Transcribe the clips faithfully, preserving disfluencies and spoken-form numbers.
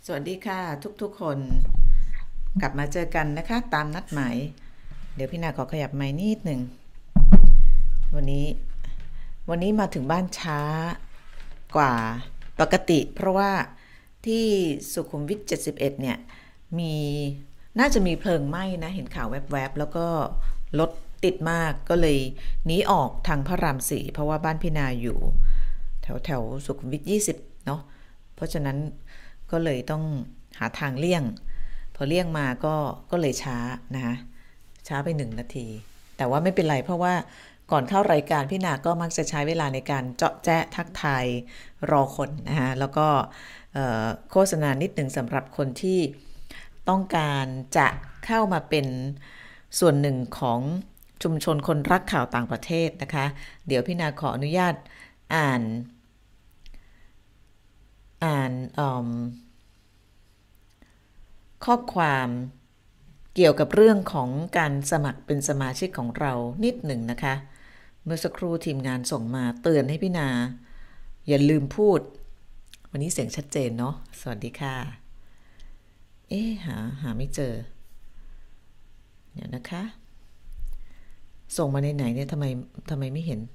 สวัสดีค่ะทุกๆคนกลับมาเจอกันนะคะตามนัดหมายเดี๋ยวพี่นาขอขยับไมค์นิดหนึ่งวันนี้วันนี้มาถึงบ้านช้ากว่าปกติเพราะว่าที่สุขุมวิทเจ็ดสิบเอ็ดเนี่ยมีน่าจะมีเพลิงไหม้นะเห็นข่าวแวบๆแล้วก็รถติดมากก็เลยหนีออกทางพระรามสี่เพราะว่าบ้านพี่นาอยู่แถวแถวสุขุมวิทยี่สิบเนาะเพราะฉะนั้นก็เลยต้องหาทางเลี่ยงพอเลี่ยงมาก็ก็เลยช้านะคะช้าไปหนึ่งนาทีแต่ว่าไม่เป็นไรเพราะว่าก่อนเข้ารายการพี่นาก็มักจะใช้เวลาในการเจาะแจ๊ะทักทายรอคนนะคะแล้วก็โฆษณานิดหนึ่งสำหรับคนที่ต้องการจะเข้ามาเป็นส่วนหนึ่งของชุมชนคนรักข่าวต่างประเทศนะคะเดี๋ยวพี่นาขออนุญาตอ่านอ่านข้อความเกี่ยวกับเรื่องของการสมัครเป็นสมาชิกของเรานิดหนึ่งนะคะเมื่อสักครู่ทีมงานส่งมาเตือนให้พี่นาอย่าลืมพูดวันนี้เสียงชัดเจนเนาะสวัสดีค่ะเอ๊ะหาหาไม่เจอเดี๋ยวนะคะส่งมาในไหนเนี่ยทำไมทำไมไม่เห็น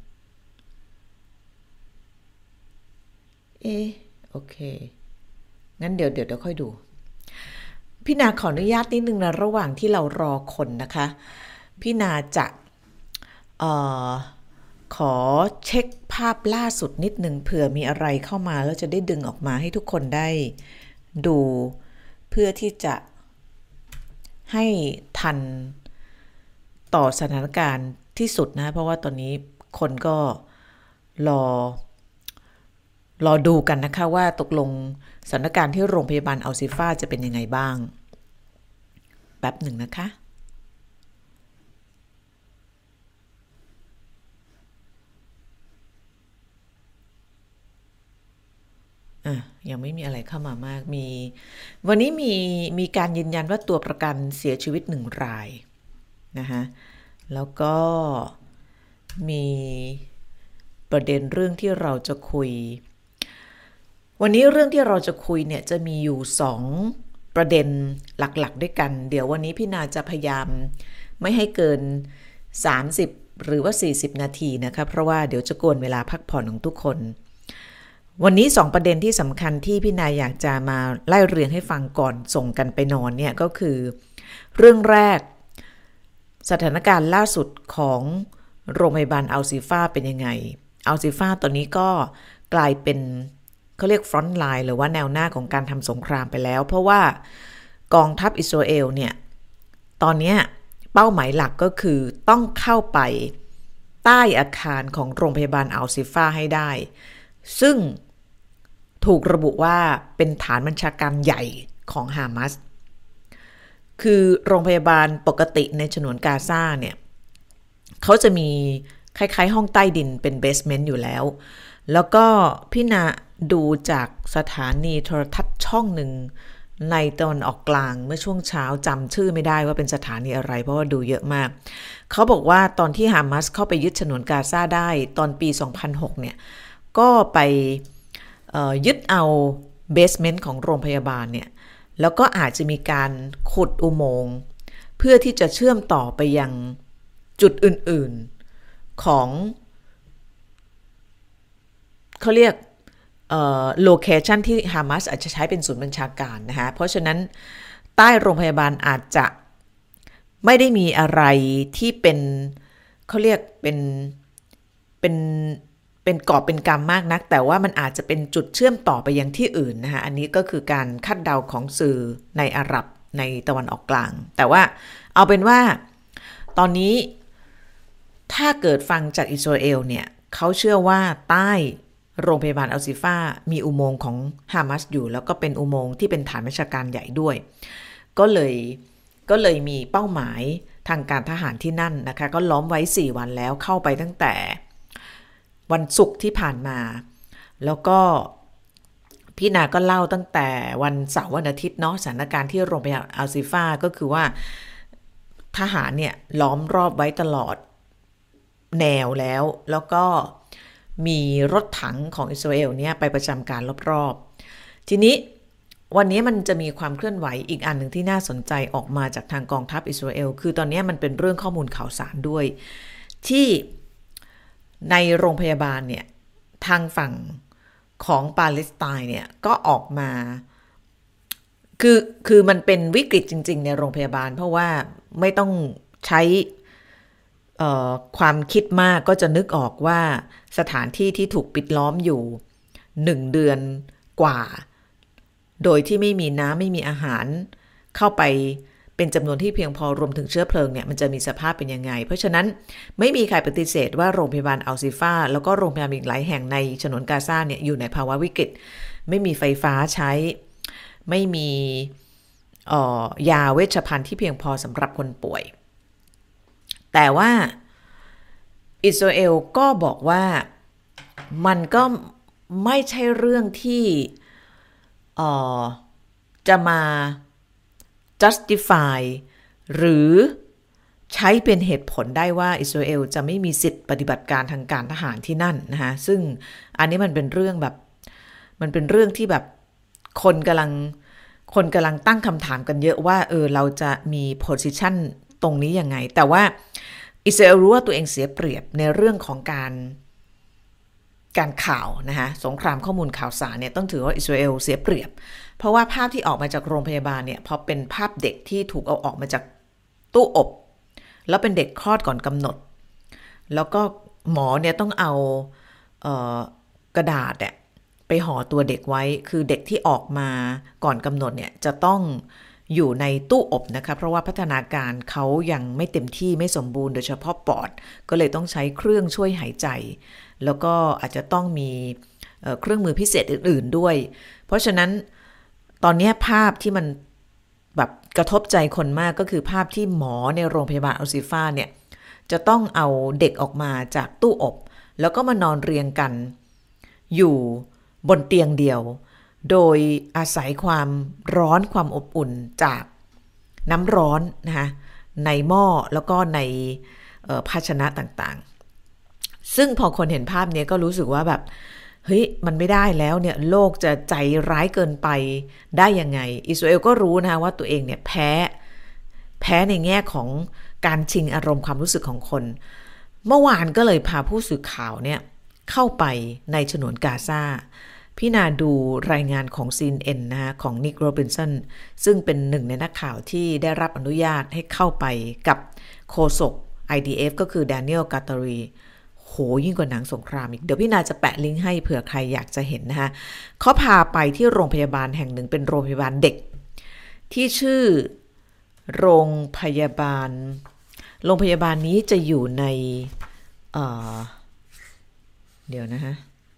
เอ๊ะโอเคงั้นเดี๋ยวเดี๋ยวเดี๋ยวค่อยดูพี่นาขออนุญาตนิดนึงนะระหว่างที่เรารอคนนะคะพี่นาจะเอ่อขอเช็คภาพล่าสุดนิดนึงเผื่อมีอะไรเข้ามาแล้วจะได้ดึงออกมาให้ทุกคนได้ดูเพื่อที่จะให้ทันต่อสถานการณ์ที่สุดนะเพราะว่าตอนนี้คนก็รอรอดูกันนะคะว่าตกลงสถานการณ์ที่โรงพยาบาลอัลซิฟ้าจะเป็นยังไงบ้างแป๊บหนึ่งนะคะอ่ะยังไม่มีอะไรเข้ามามากมีวันนี้มีมีการยืนยันว่าตัวประกันเสียชีวิตหนึ่งรายนะคะแล้วก็มีประเด็นเรื่องที่เราจะคุยวันนี้เรื่องที่เราจะคุยเนี่ยจะมีอยู่สองประเด็นหลักๆด้วยกันเดี๋ยววันนี้พี่นาจะพยายามไม่ให้เกินสามสิบหรือว่าสี่สิบนาทีนะคะเพราะว่าเดี๋ยวจะโกนเวลาพักผ่อนของทุกคนวันนี้สองประเด็นที่สำคัญที่พี่นาอยากจะมาไล่เรียงให้ฟังก่อนส่งกันไปนอนเนี่ยก็คือเรื่องแรกสถานการณ์ล่าสุดของโรงพยาบาลอัลซิฟ้าเป็นยังไงอัลซิฟ้าตอนนี้ก็กลายเป็นเขาเรียกฟรอนต์ไลน์หรือว่าแนวหน้าของการทำสงครามไปแล้วเพราะว่ากองทัพอิสราเอลเนี่ยตอนนี้เป้าหมายหลักก็คือต้องเข้าไปใต้อาคารของโรงพยาบาลอัลซิฟ้าให้ได้ซึ่งถูกระบุว่าเป็นฐานบัญชาการใหญ่ของฮามาสคือโรงพยาบาลปกติในฉนวนกาซาเนี่ยเขาจะมีคล้ายๆห้องใต้ดินเป็นเบสเมนต์อยู่แล้วแล้วก็พี่นาดูจากสถานีโทรทัศน์ช่องหนึ่งในตะวันออกกลางเมื่อช่วงเช้าจำชื่อไม่ได้ว่าเป็นสถานีอะไรเพราะว่าดูเยอะมากเขาบอกว่าตอนที่ฮามาสเข้าไปยึดฉนวนกาซาได้ตอนปีสองพันหกเนี่ยก็ไปยึดเอาเบสเมนต์ของโรงพยาบาลเนี่ยแล้วก็อาจจะมีการขุดอุโมงค์เพื่อที่จะเชื่อมต่อไปยังจุดอื่นๆของเขาเรียกโลเคชันที่ฮามาสอาจจะใช้เป็นศูนย์บัญชาการนะคะเพราะฉะนั้นใต้โรงพยาบาลอาจจะไม่ได้มีอะไรที่เป็นเขาเรียกเป็นเป็นเป็นกอบเป็นกำมากนักแต่ว่ามันอาจจะเป็นจุดเชื่อมต่อไปยังที่อื่นนะคะอันนี้ก็คือการคาดเดาของสื่อในอาหรับในตะวันออกกลางแต่ว่าเอาเป็นว่าตอนนี้ถ้าเกิดฟังจากอิสราเอลเนี่ยเขาเชื่อว่าใต้โรงพยาบาลอัลซิฟ้ามีอุโมงค์ของฮามาสอยู่แล้วก็เป็นอุโมงค์ที่เป็นฐานบัญชาการใหญ่ด้วยก็เลยก็เลยมีเป้าหมายทางการทหารที่นั่นนะคะก็ล้อมไว้สี่วันแล้วเข้าไปตั้งแต่วันศุกร์ที่ผ่านมาแล้วก็พี่นาก็เล่าตั้งแต่วันเสาร์วันอาทิตย์เนาะสถานการณ์ที่โรงพยาบาลอัลซิฟ้าก็คือว่าทหารเนี่ยล้อมรอบไว้ตลอดแนวแล้วแล้วก็มีรถถังของอิสราเอลเนี่ยไปประจำการรอบๆทีนี้วันนี้มันจะมีความเคลื่อนไหวอีกอันหนึ่งที่น่าสนใจออกมาจากทางกองทัพอิสราเอลคือตอนนี้มันเป็นเรื่องข้อมูลข่าวสารด้วยที่ในโรงพยาบาลเนี่ยทางฝั่งของปาเลสไตน์เนี่ยก็ออกมาคือคือมันเป็นวิกฤตจริงๆในโรงพยาบาลเพราะว่าไม่ต้องใช้ความคิดมากก็จะนึกออกว่าสถานที่ที่ถูกปิดล้อมอยู่หนึ่งเดือนกว่าโดยที่ไม่มีน้ำไม่มีอาหารเข้าไปเป็นจำนวนที่เพียงพอรวมถึงเชื้อเพลิงเนี่ยมันจะมีสภาพเป็นยังไงเพราะฉะนั้นไม่มีใครปฏิเสธว่าโรงพยาบาลอัลซิฟาแล้วก็โรงพยาบาลอีกหลายแห่งในฉนวนกาซาเนี่ยอยู่ในภาวะวิกฤตไม่มีไฟฟ้าใช้ไม่มียาเวชภัณฑ์ที่เพียงพอสำหรับคนป่วยแต่ว่าอิสราเอลก็บอกว่ามันก็ไม่ใช่เรื่องที่จะมา justify หรือใช้เป็นเหตุผลได้ว่าอิสราเอลจะไม่มีสิทธิปฏิบัติการทางการทหารที่นั่นนะคะซึ่งอันนี้มันเป็นเรื่องแบบมันเป็นเรื่องที่แบบคนกำลังคนกำลังตั้งคำถามกันเยอะว่าเออเราจะมี position ตรงนี้ยังไงแต่ว่าอิสราเอลรู้ว่าตัวเองเสียเปรียบในเรื่องของการการข่าวนะคะสงครามข้อมูลข่าวสารเนี่ยต้องถือว่าอิสราเอลเสียเปรียบเพราะว่าภาพที่ออกมาจากโรงพยาบาลเนี่ยพอเป็นภาพเด็กที่ถูกเอาออกมาจากตู้อบแล้วเป็นเด็กคลอดก่อนกำหนดแล้วก็หมอเนี่ยต้องเอาเอ่อกระดาษเนี่ยไปห่อตัวเด็กไว้คือเด็กที่ออกมาก่อนกำหนดเนี่ยจะต้องอยู่ในตู้อบนะคะเพราะว่าพัฒนาการเขายังไม่เต็มที่ไม่สมบูรณ์โดยเฉพาะปอดก็เลยต้องใช้เครื่องช่วยหายใจแล้วก็อาจจะต้องมีเครื่องมือพิเศษอื่นๆด้วยเพราะฉะนั้นตอนนี้ภาพที่มันแบบกระทบใจคนมากก็คือภาพที่หมอในโรงพยาบาลอัลซิฟาเนี่ยจะต้องเอาเด็กออกมาจากตู้อบแล้วก็มานอนเรียงกันอยู่บนเตียงเดียวโดยอาศัยความร้อนความอบอุ่นจากน้ำร้อนนะคะในหม้อแล้วก็ในภาชนะต่างๆซึ่งพอคนเห็นภาพนี้ก็รู้สึกว่าแบบเฮ้ยมันไม่ได้แล้วเนี่ยโลกจะใจร้ายเกินไปได้ยังไงอิสราเอลก็รู้นะคะว่าตัวเองเนี่ยแพ้แพ้ในแง่ของการชิงอารมณ์ความรู้สึกของคนเมื่อวานก็เลยพาผู้สื่อข่าวเนี่ยเข้าไปในฉนวนกาซาพี่นาดูรายงานของ ซี เอ็น เอ็น นะคะของนิกโรบินสันซึ่งเป็นหนึ่งในนักข่าวที่ได้รับอนุญาตให้เข้าไปกับโฆษก ไอ ดี เอฟ ก็คือ Daniel Gattariโหยิ่งกว่าหนังสงครามอีกเดี๋ยวพี่นาจะแปะลิงก์ให้เผื่อใครอยากจะเห็นนะคะเขาพาไปที่โรงพยาบาลแห่งหนึ่งเป็นโรงพยาบาลเด็กที่ชื่อโรงพยาบาลโรงพยาบาลนี้จะอยู่ในเอ่อเดี๋ยวนะฮะ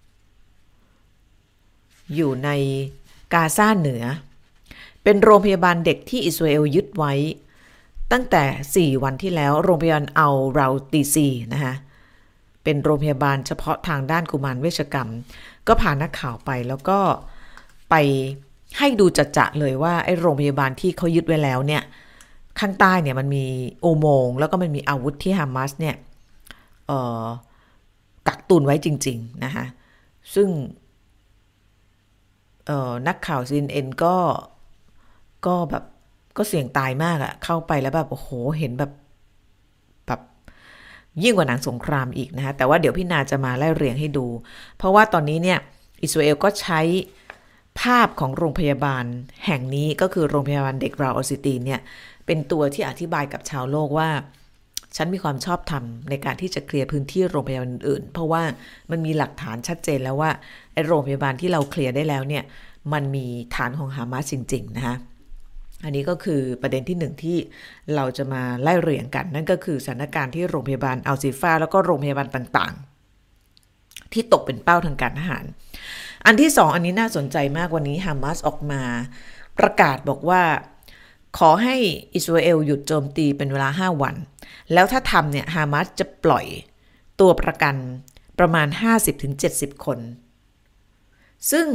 อยู่ในกาซาเหนือเป็นโรงพยาบาลเด็กที่อิสราเอลยึดไว้ตั้งแต่สี่วันที่แล้วโรงพยาบาลอัลเราตีซีนะคะเป็นโรงพยาบาลเฉพาะทางด้านกุมารเวชกรรมก็พานักข่าวไปแล้วก็ไปให้ดูจัดๆเลยว่าไอ้โรงพยาบาลที่เขายึดไว้แล้วเนี่ยข้างใต้เนี่ยมันมีอุโมงค์แล้วก็มันมีอาวุธที่ฮามาสเนี่ยเอ่อกักตุนไว้จริงๆนะคะซึ่งเอ่อนักข่าว ซี เอ็น เอ็น ก็ก็แบบก็เสี่ยงตายมากอะเข้าไปแล้วแบบโอ้โหเห็นแบบแบบยิ่งกว่าหนังสงครามอีกนะคะแต่ว่าเดี๋ยวพี่นาจะมาไล่เรียงให้ดูเพราะว่าตอนนี้เนี่ยอิสราเอลก็ใช้ภาพของโรงพยาบาลแห่งนี้ก็คือโรงพยาบาลเด็กราวอัลซิตีนเนี่ยเป็นตัวที่อธิบายกับชาวโลกว่าฉันมีความชอบธรรมในการที่จะเคลียร์พื้นที่โรงพยาบาลอื่นๆเพราะว่ามันมีหลักฐานชัดเจนแล้วว่าไอ้โรงพยาบาลที่เราเคลียร์ได้แล้วเนี่ยมันมีฐานของฮามาสจริงๆนะคะอันนี้ก็คือประเด็นที่หนึ่งที่เราจะมาไล่เรียงกันนั่นก็คือสถานการณ์ที่โรงพยาบาลอัลซิฟาแล้วก็โรงพยาบาลต่างๆที่ตกเป็นเป้าทางการทหารอันที่สองอันนี้น่าสนใจมากวันนี้ฮามาสออกมาประกาศบอกว่าขอให้อิสราเอลหยุดโจมตีเป็นเวลาห้าวันแล้วถ้าทำเนี่ยฮามาสจะปล่อยตัวประกันประมาณ ห้าสิบถึงเจ็ดสิบ คนซึ่ง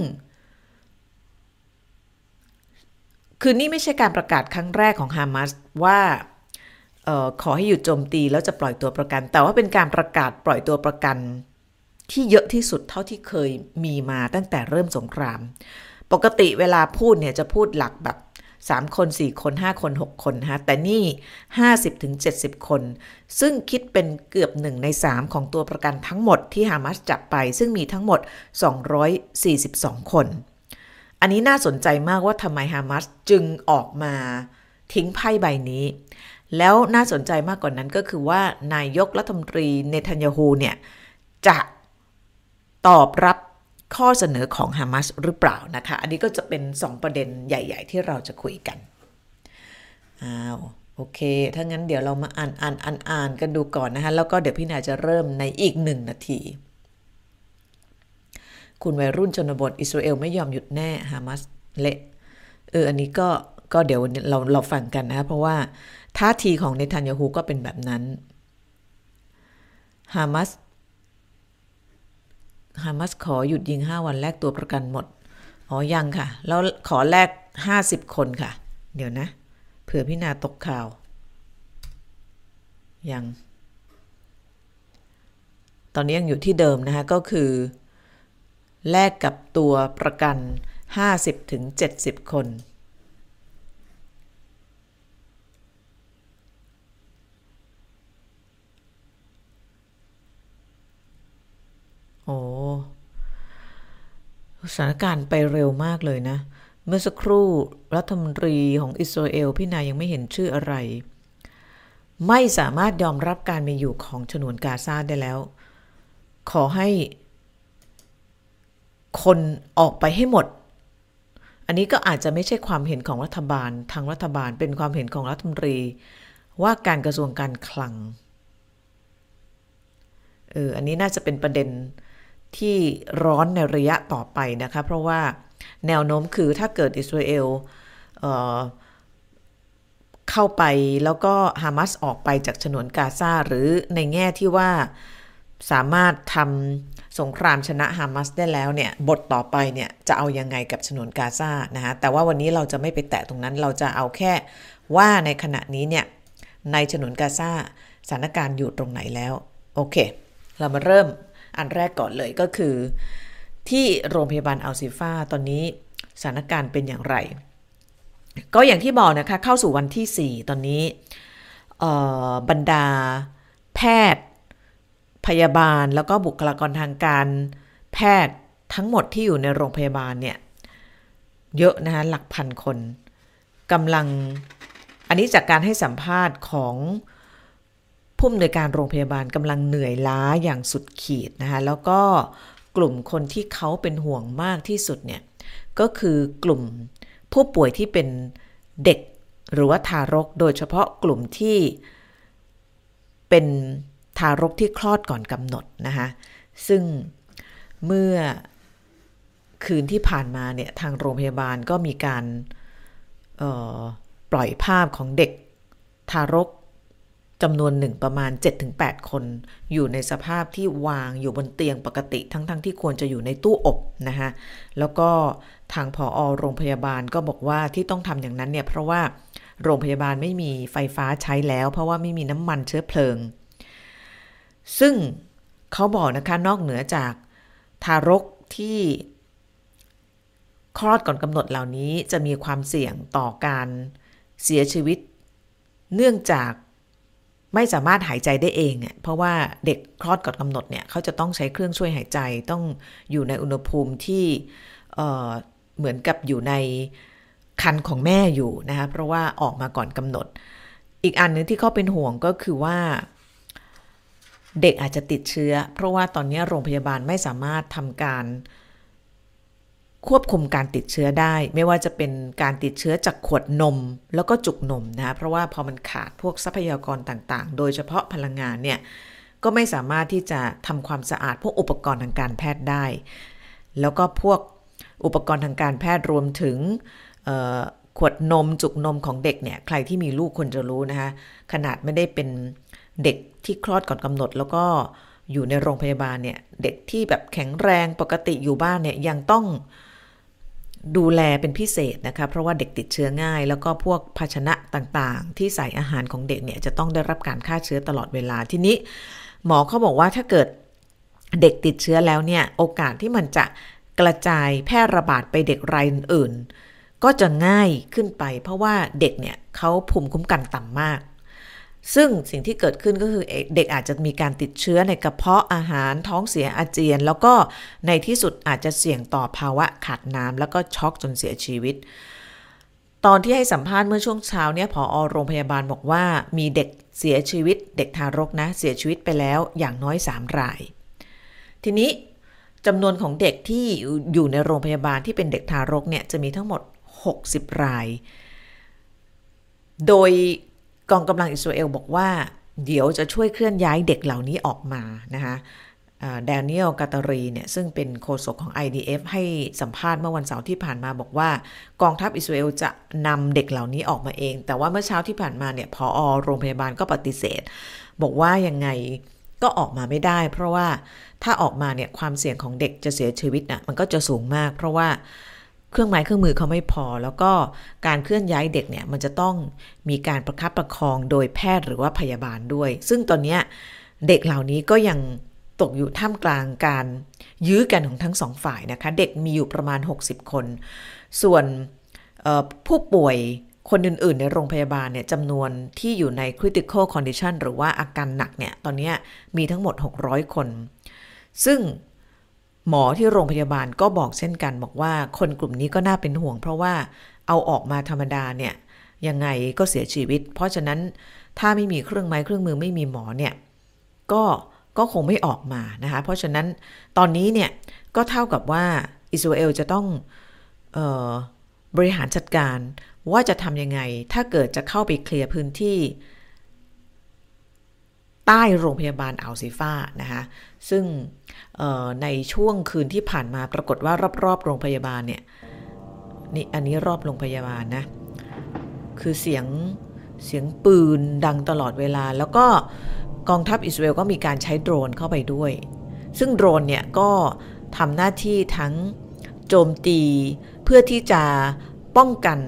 คือนี่ไม่ใช่การประกาศครั้งแรกของฮามาสว่าเอ่อขอให้หยุดโจมตีแล้วจะปล่อยตัวประกันแต่ว่าเป็นการประกาศปล่อยตัวประกันที่เยอะที่สุดเท่าที่เคยมีมาตั้งแต่เริ่มสงครามปกติเวลาพูดเนี่ยจะพูดหลักแบบสามคนสี่คนห้าคนหกคนฮะแต่นี่ ห้าสิบถึงเจ็ดสิบ คนซึ่งคิดเป็นเกือบหนึ่งในสามของตัวประกันทั้งหมดที่ฮามาสจับไปซึ่งมีทั้งหมดสองร้อยสี่สิบสองคนอันนี้น่าสนใจมากว่าทำไมฮามาสจึงออกมาทิ้งไพ่ใบนี้แล้วน่าสนใจมากกว่านั้นก็คือว่านายกรัฐมนตรีเนทันยาฮูเนี่ยจะตอบรับข้อเสนอของฮามาสหรือเปล่านะคะอันนี้ก็จะเป็นสองประเด็นใหญ่ๆที่เราจะคุยกันอ้าวโอเคถ้างั้นเดี๋ยวเรามาอ่านอ่านอ่านอ่านกันดูก่อนนะคะแล้วก็เดี๋ยวพี่นาจะเริ่มในอีกหนึ่งนาทีคุณวัยรุ่นชนบทอิสราเอลไม่ยอมหยุดแน่ฮามาสเละเอออันนี้ก็ก็เดี๋ยวเราเราฟังกันนะเพราะว่าท่าทีของเนทันยาฮูก็เป็นแบบนั้นฮามาสฮามาสขอหยุดยิงห้าวันแลกตัวประกันหมดอ๋อยังค่ะแล้วขอแลกห้าสิบคนค่ะเดี๋ยวนะเผื่อพี่นาตกข่าวยังตอนนี้ยังอยู่ที่เดิมนะคะก็คือแลกกับตัวประกัน ห้าสิบถึงเจ็ดสิบ คนโอ้สถานการณ์ไปเร็วมากเลยนะเมื่อสักครู่รัฐมนตรีของอิสราเอลพี่นายังไม่เห็นชื่ออะไรไม่สามารถยอมรับการมีอยู่ของฉนวนกาซาได้แล้วขอให้คนออกไปให้หมดอันนี้ก็อาจจะไม่ใช่ความเห็นของรัฐบาลทางรัฐบาลเป็นความเห็นของรัฐมนตรีว่าการกระทรวงการคลังเอออันนี้น่าจะเป็นประเด็นที่ร้อนในระยะต่อไปนะคะเพราะว่าแนวโน้มคือถ้าเกิดอิสราเอลเอ่อเข้าไปแล้วก็ฮามาสออกไปจากฉนวนกาซาหรือในแง่ที่ว่าสามารถทำสงครามชนะฮามาสได้แล้วเนี่ยบทต่อไปเนี่ยจะเอายังไงกับฉนวนกาซานะคะแต่ว่าวันนี้เราจะไม่ไปแตะตรงนั้นเราจะเอาแค่ว่าในขณะนี้เนี่ยในฉนวนกาซาสถานการณ์อยู่ตรงไหนแล้วโอเคเรามาเริ่มอันแรกก่อนเลยก็คือที่โรงพยาบาลอัลซิฟาตอนนี้สถานการณ์เป็นอย่างไรก็อย่างที่บอกนะคะเข้าสู่วันที่สี่ตอนนี้บรรดาแพทย์พยาบาลแล้วก็บุคลากรทางการแพทย์ทั้งหมดที่อยู่ในโรงพยาบาลเนี่ยเยอะนะคะหลักพันคนกำลังอันนี้จากการให้สัมภาษณ์ของผู้อำนวยการโรงพยาบาลกำลังเหนื่อยล้าอย่างสุดขีดนะคะแล้วก็กลุ่มคนที่เขาเป็นห่วงมากที่สุดเนี่ยก็คือกลุ่มผู้ป่วยที่เป็นเด็กหรือว่าทารกโดยเฉพาะกลุ่มที่เป็นทารกที่คลอดก่อนกำหนดนะคะซึ่งเมื่อคืนที่ผ่านมาเนี่ยทางโรงพยาบาลก็มีการปล่อยภาพของเด็กทารกจำนวนหนึ่งประมาณ เจ็ดถึงแปด คนอยู่ในสภาพที่วางอยู่บนเตียงปกติทั้งๆ ท, ที่ควรจะอยู่ในตู้อบนะคะแล้วก็ทางผอ.โรงพยาบาลก็บอกว่าที่ต้องทำอย่างนั้นเนี่ยเพราะว่าโรงพยาบาลไม่มีไฟฟ้าใช้แล้วเพราะว่าไม่มีน้ำมันเชื้อเพลิงซึ่งเขาบอกนะคะนอกเหนือจากทารกที่คลอดก่อนกำหนดเหล่านี้จะมีความเสี่ยงต่อการเสียชีวิตเนื่องจากไม่สามารถหายใจได้เองเพราะว่าเด็กคลอดก่อนกำหนดเนี่ยเขาจะต้องใช้เครื่องช่วยหายใจต้องอยู่ในอุณหภูมิที่เอ่อเหมือนกับอยู่ในครรภ์ของแม่อยู่นะคะเพราะว่าออกมาก่อนกำหนดอีกอันนึงที่เขาเป็นห่วงก็คือว่าเด็กอาจจะติดเชื้อเพราะว่าตอนนี้โรงพยาบาลไม่สามารถทำการควบคุมการติดเชื้อได้ไม่ว่าจะเป็นการติดเชื้อจากขวดนมแล้วก็จุกนมนะเพราะว่าพอมันขาดพวกทรัพยากรต่างๆโดยเฉพาะพลังงานเนี่ยก็ไม่สามารถที่จะทำความสะอาดพวกอุปกรณ์ทางการแพทย์ได้แล้วก็พวกอุปกรณ์ทางการแพทย์รวมถึงขวดนมจุกนมของเด็กเนี่ยใครที่มีลูกควรจะรู้นะคะขนาดไม่ได้เป็นเด็กที่คลอดก่อนกำหนดแล้วก็อยู่ในโรงพยาบาลเนี่ยเด็กที่แบบแข็งแรงปกติอยู่บ้านเนี่ยยังต้องดูแลเป็นพิเศษนะคะเพราะว่าเด็กติดเชื้อง่ายแล้วก็พวกภาชนะต่างๆที่ใส่อาหารของเด็กเนี่ยจะต้องได้รับการฆ่าเชื้อตลอดเวลาทีนี้หมอเขาบอกว่าถ้าเกิดเด็กติดเชื้อแล้วเนี่ยโอกาสที่มันจะกระจายแพร่ระบาดไปเด็กรายอื่นๆก็จะง่ายขึ้นไปเพราะว่าเด็กเนี่ยเขาภูมิคุ้มกันต่ำมากซึ่งสิ่งที่เกิดขึ้นก็คือเด็กอาจจะมีการติดเชื้อในกระเพาะอาหารท้องเสียอาเจียนแล้วก็ในที่สุดอาจจะเสี่ยงต่อภาวะขาดน้ำแล้วก็ช็อกจนเสียชีวิตตอนที่ให้สัมภาษณ์เมื่อช่วงเช้าเนี่ยผอ.โรงพยาบาลบอกว่ามีเด็กเสียชีวิตเด็กทารกนะเสียชีวิตไปแล้วอย่างน้อยสามรายทีนี้จำนวนของเด็กที่อยู่ในโรงพยาบาลที่เป็นเด็กทารกเนี่ยจะมีทั้งหมดหกสิบรายโดยกองกำลังอิสราเอลบอกว่าเดี๋ยวจะช่วยเคลื่อนย้ายเด็กเหล่านี้ออกมานะคะแดเนียล กาตารีเนี่ยซึ่งเป็นโฆษกของ ไอ ดี เอฟ ให้สัมภาษณ์เมื่อวันเสาร์ที่ผ่านมาบอกว่ากองทัพอิสราเอลจะนำเด็กเหล่านี้ออกมาเองแต่ว่าเมื่อเช้าที่ผ่านมาเนี่ยผอ.โรงพยาบาลก็ปฏิเสธบอกว่ายังไงก็ออกมาไม่ได้เพราะว่าถ้าออกมาเนี่ยความเสี่ยงของเด็กจะเสียชีวิตน่ะมันก็จะสูงมากเพราะว่าเครื่องไม้เครื่องมือเขาไม่พอแล้วก็การเคลื่อนย้ายเด็กเนี่ยมันจะต้องมีการประคับประคองโดยแพทย์หรือว่าพยาบาลด้วยซึ่งตอนนี้เด็กเหล่านี้ก็ยังตกอยู่ท่ามกลางการยื้อกันของทั้งสองฝ่ายนะคะเด็กมีอยู่ประมาณหกสิบคนส่วนผู้ป่วยคนอื่นๆในโรงพยาบาลเนี่ยจำนวนที่อยู่ใน critical condition หรือว่าอาการหนักเนี่ยตอนนี้มีทั้งหมดหกร้อยคนซึ่งหมอที่โรงพยาบาลก็บอกเช่นกันบอกว่าคนกลุ่มนี้ก็น่าเป็นห่วงเพราะว่าเอาออกมาธรรมดาเนี่ยยังไงก็เสียชีวิตเพราะฉะนั้นถ้าไม่มีเครื่องไม้เครื่องมือไม่มีหมอเนี่ยก็ก็คงไม่ออกมานะคะเพราะฉะนั้นตอนนี้เนี่ยก็เท่ากับว่าอิสราเอลจะต้องเอ่อบริหารจัดการว่าจะทำยังไงถ้าเกิดจะเข้าไปเคลียร์พื้นที่ใต้โรงพยาบาลอัลซิฟานะคะซึ่งในช่วงคืนที่ผ่านมาปรากฏว่ารอบๆโรงพยาบาลเนี่ยนี่อันนี้รอบโรงพยาบาลนะคือเสียงเสียงปืนดังตลอดเวลาแล้วก็กองทัพอิสราเอลก็มีการใช้โดรนเข้าไปด้วยซึ่งโดรนเนี่ยก็ทำหน้าที่ทั้งโจมตีเพื่อที่จะป้องกัน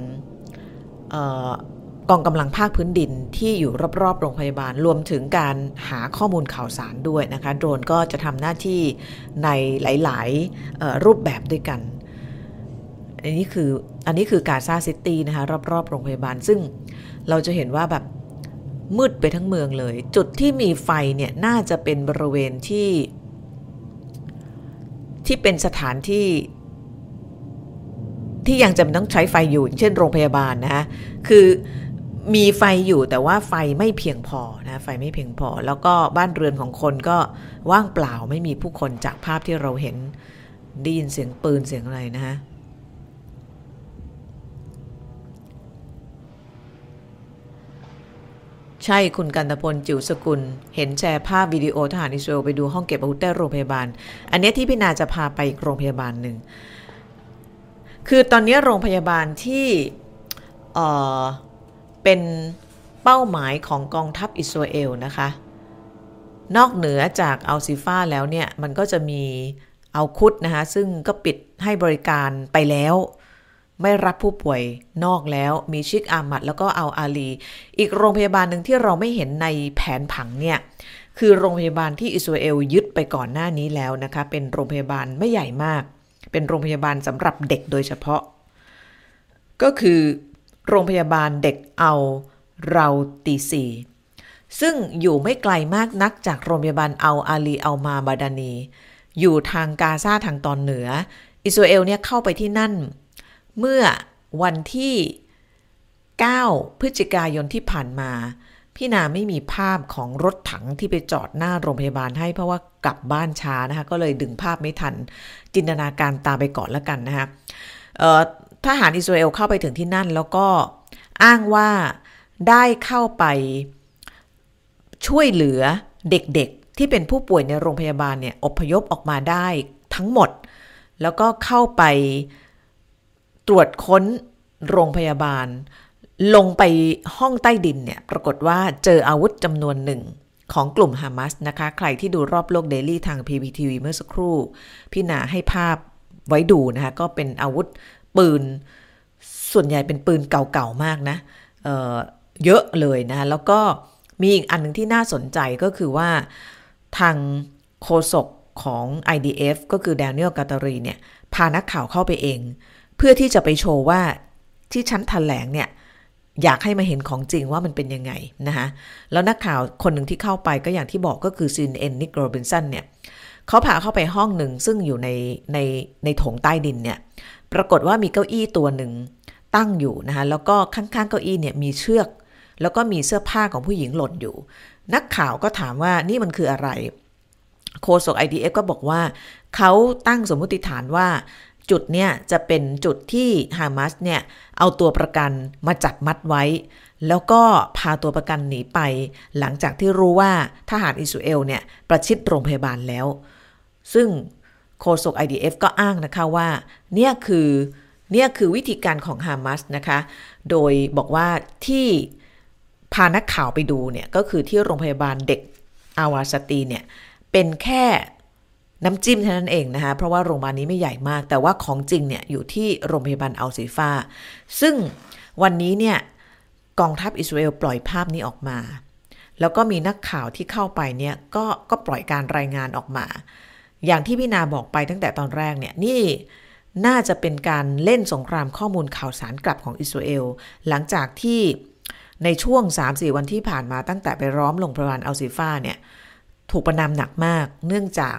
กองกำลังภาคพื้นดินที่อยู่รอบๆโรงพยาบาลรวมถึงการหาข้อมูลข่าวสารด้วยนะคะโดรนก็จะทำหน้าที่ในหลายๆรูปแบบด้วยกันอันนี้คืออันนี้คือกาซาซิตี้นะคะรอบๆโรงพยาบาลซึ่งเราจะเห็นว่าแบบมืดไปทั้งเมืองเลยจุดที่มีไฟเนี่ยน่าจะเป็นบริเวณที่ที่เป็นสถานที่ที่ยังจำเป็นต้องใช้ไฟอยู่เช่นโรงพยาบาลนะคือมีไฟอยู่แต่ว่าไฟไม่เพียงพอนะไฟไม่เพียงพอแล้วก็บ้านเรือนของคนก็ว่างเปล่าไม่มีผู้คนจากภาพที่เราเห็นได้ยินเสียงปืนเสียงอะไรนะฮะใช่คุณกันตพลจิ๋วสกุลเห็นแชร์ภาพวิดีโอทหารอิสราเอลไปดูห้องเก็บอาวุธใต้โรงพยาบาลอันนี้ที่พี่นาจะพาไปอีกโรงพยาบาลหนึ่งคือตอนนี้โรงพยาบาลที่เอ่อเป็นเป้าหมายของกองทัพอิสราเอลนะคะนอกเหนือจากอัลซิฟาแล้วเนี่ยมันก็จะมีอัลคุดนะคะซึ่งก็ปิดให้บริการไปแล้วไม่รับผู้ป่วยนอกแล้วมีชิกอามัดแล้วก็อัลอาลีอีกโรงพยาบาลหนึ่งที่เราไม่เห็นในแผนผังเนี่ยคือโรงพยาบาลที่อิสราเอลยึดไปก่อนหน้านี้แล้วนะคะเป็นโรงพยาบาลไม่ใหญ่มากเป็นโรงพยาบาลสำหรับเด็กโดยเฉพาะก็คือโรงพยาบาลเด็กอัลเราตีซีซึ่งอยู่ไม่ไกลมากนักจากโรงพยาบาลอัลอาลีอัลมาบาดานีอยู่ทางกาซาทางตอนเหนืออิสราเอลเนี่ยเข้าไปที่นั่นเมื่อวันที่เก้าพฤศจิกายนที่ผ่านมาพี่นาไม่มีภาพของรถถังที่ไปจอดหน้าโรงพยาบาลให้เพราะว่ากลับบ้านช้านะคะก็เลยดึงภาพไม่ทันจินตนาการตามไปก่อนแล้วกันนะคะทหารอิสราเอลเข้าไปถึงที่นั่นแล้วก็อ้างว่าได้เข้าไปช่วยเหลือเด็กๆที่เป็นผู้ป่วยในโรงพยาบาลเนี่ยอพยพออกมาได้ทั้งหมดแล้วก็เข้าไปตรวจค้นโรงพยาบาลลงไปห้องใต้ดินเนี่ยปรากฏว่าเจออาวุธจำนวนหนึ่งของกลุ่มฮามาสนะคะใครที่ดูรอบโลกเดลี่ทาง พี บี ที วี เมื่อสักครู่พี่นาให้ภาพไว้ดูนะคะก็เป็นอาวุธปืนส่วนใหญ่เป็นปืนเก่าๆมากนะ เอ่อ เยอะเลยนะแล้วก็มีอีกอันนึงที่น่าสนใจก็คือว่าทางโฆษกของ ไอ ดี เอฟ ก็คือแดเนียล กาตารีเนี่ยพานักข่าวเข้าไปเองเพื่อที่จะไปโชว์ว่าที่ฉันแถลงเนี่ยอยากให้มาเห็นของจริงว่ามันเป็นยังไงนะคะแล้วนักข่าวคนหนึ่งที่เข้าไปก็อย่างที่บอกก็คือ ซี เอ็น เอ็น นิก โรบินสันเนี่ยเขาพาเข้าไปห้องหนึ่งซึ่งอยู่ในในในโถงใต้ดินเนี่ยปรากฏว่ามีเก้าอี้ตัวหนึ่งตั้งอยู่นะคะแล้วก็ข้างๆเก้าอี้เนี่ยมีเชือกแล้วก็มีเสื้อผ้าของผู้หญิงหล่นอยู่นักข่าวก็ถามว่านี่มันคืออะไรโฆษก ไอ ดี เอฟ ก็บอกว่าเขาตั้งสมมุติฐานว่าจุดเนี่ยจะเป็นจุดที่ฮามาสเนี่ยเอาตัวประกันมาจับมัดไว้แล้วก็พาตัวประกันหนีไปหลังจากที่รู้ว่าทหารอิสราเอลเนี่ยประชิดโรงพยาบาลแล้วซึ่งโฆษก ไอ ดี เอฟ ก็อ้างนะคะว่าเนี่ยคือเนี่ยคือวิธีการของฮามาสนะคะโดยบอกว่าที่พานักข่าวไปดูเนี่ยก็คือที่โรงพยาบาลเด็กอาวาสตีเนี่ยเป็นแค่น้ำจิ้มเท่านั้นเองนะคะเพราะว่าโรงพยาบาลนี้ไม่ใหญ่มากแต่ว่าของจริงเนี่ยอยู่ที่โรงพยาบาลอัลซีฟาซึ่งวันนี้เนี่ยกองทัพอิสราเอลปล่อยภาพนี้ออกมาแล้วก็มีนักข่าวที่เข้าไปเนี่ยก็ก็ปล่อยการรายงานออกมาอย่างที่พี่นาบอกไปตั้งแต่ตอนแรกเนี่ยนี่น่าจะเป็นการเล่นสงครามข้อมูลข่าวสารกลับของอิสราเอลหลังจากที่ในช่วง สามถึงสี่ วันที่ผ่านมาตั้งแต่ไปล้อมโรงพยาบาลอัลซีฟาเนี่ยถูกประณามหนักมากเนื่องจาก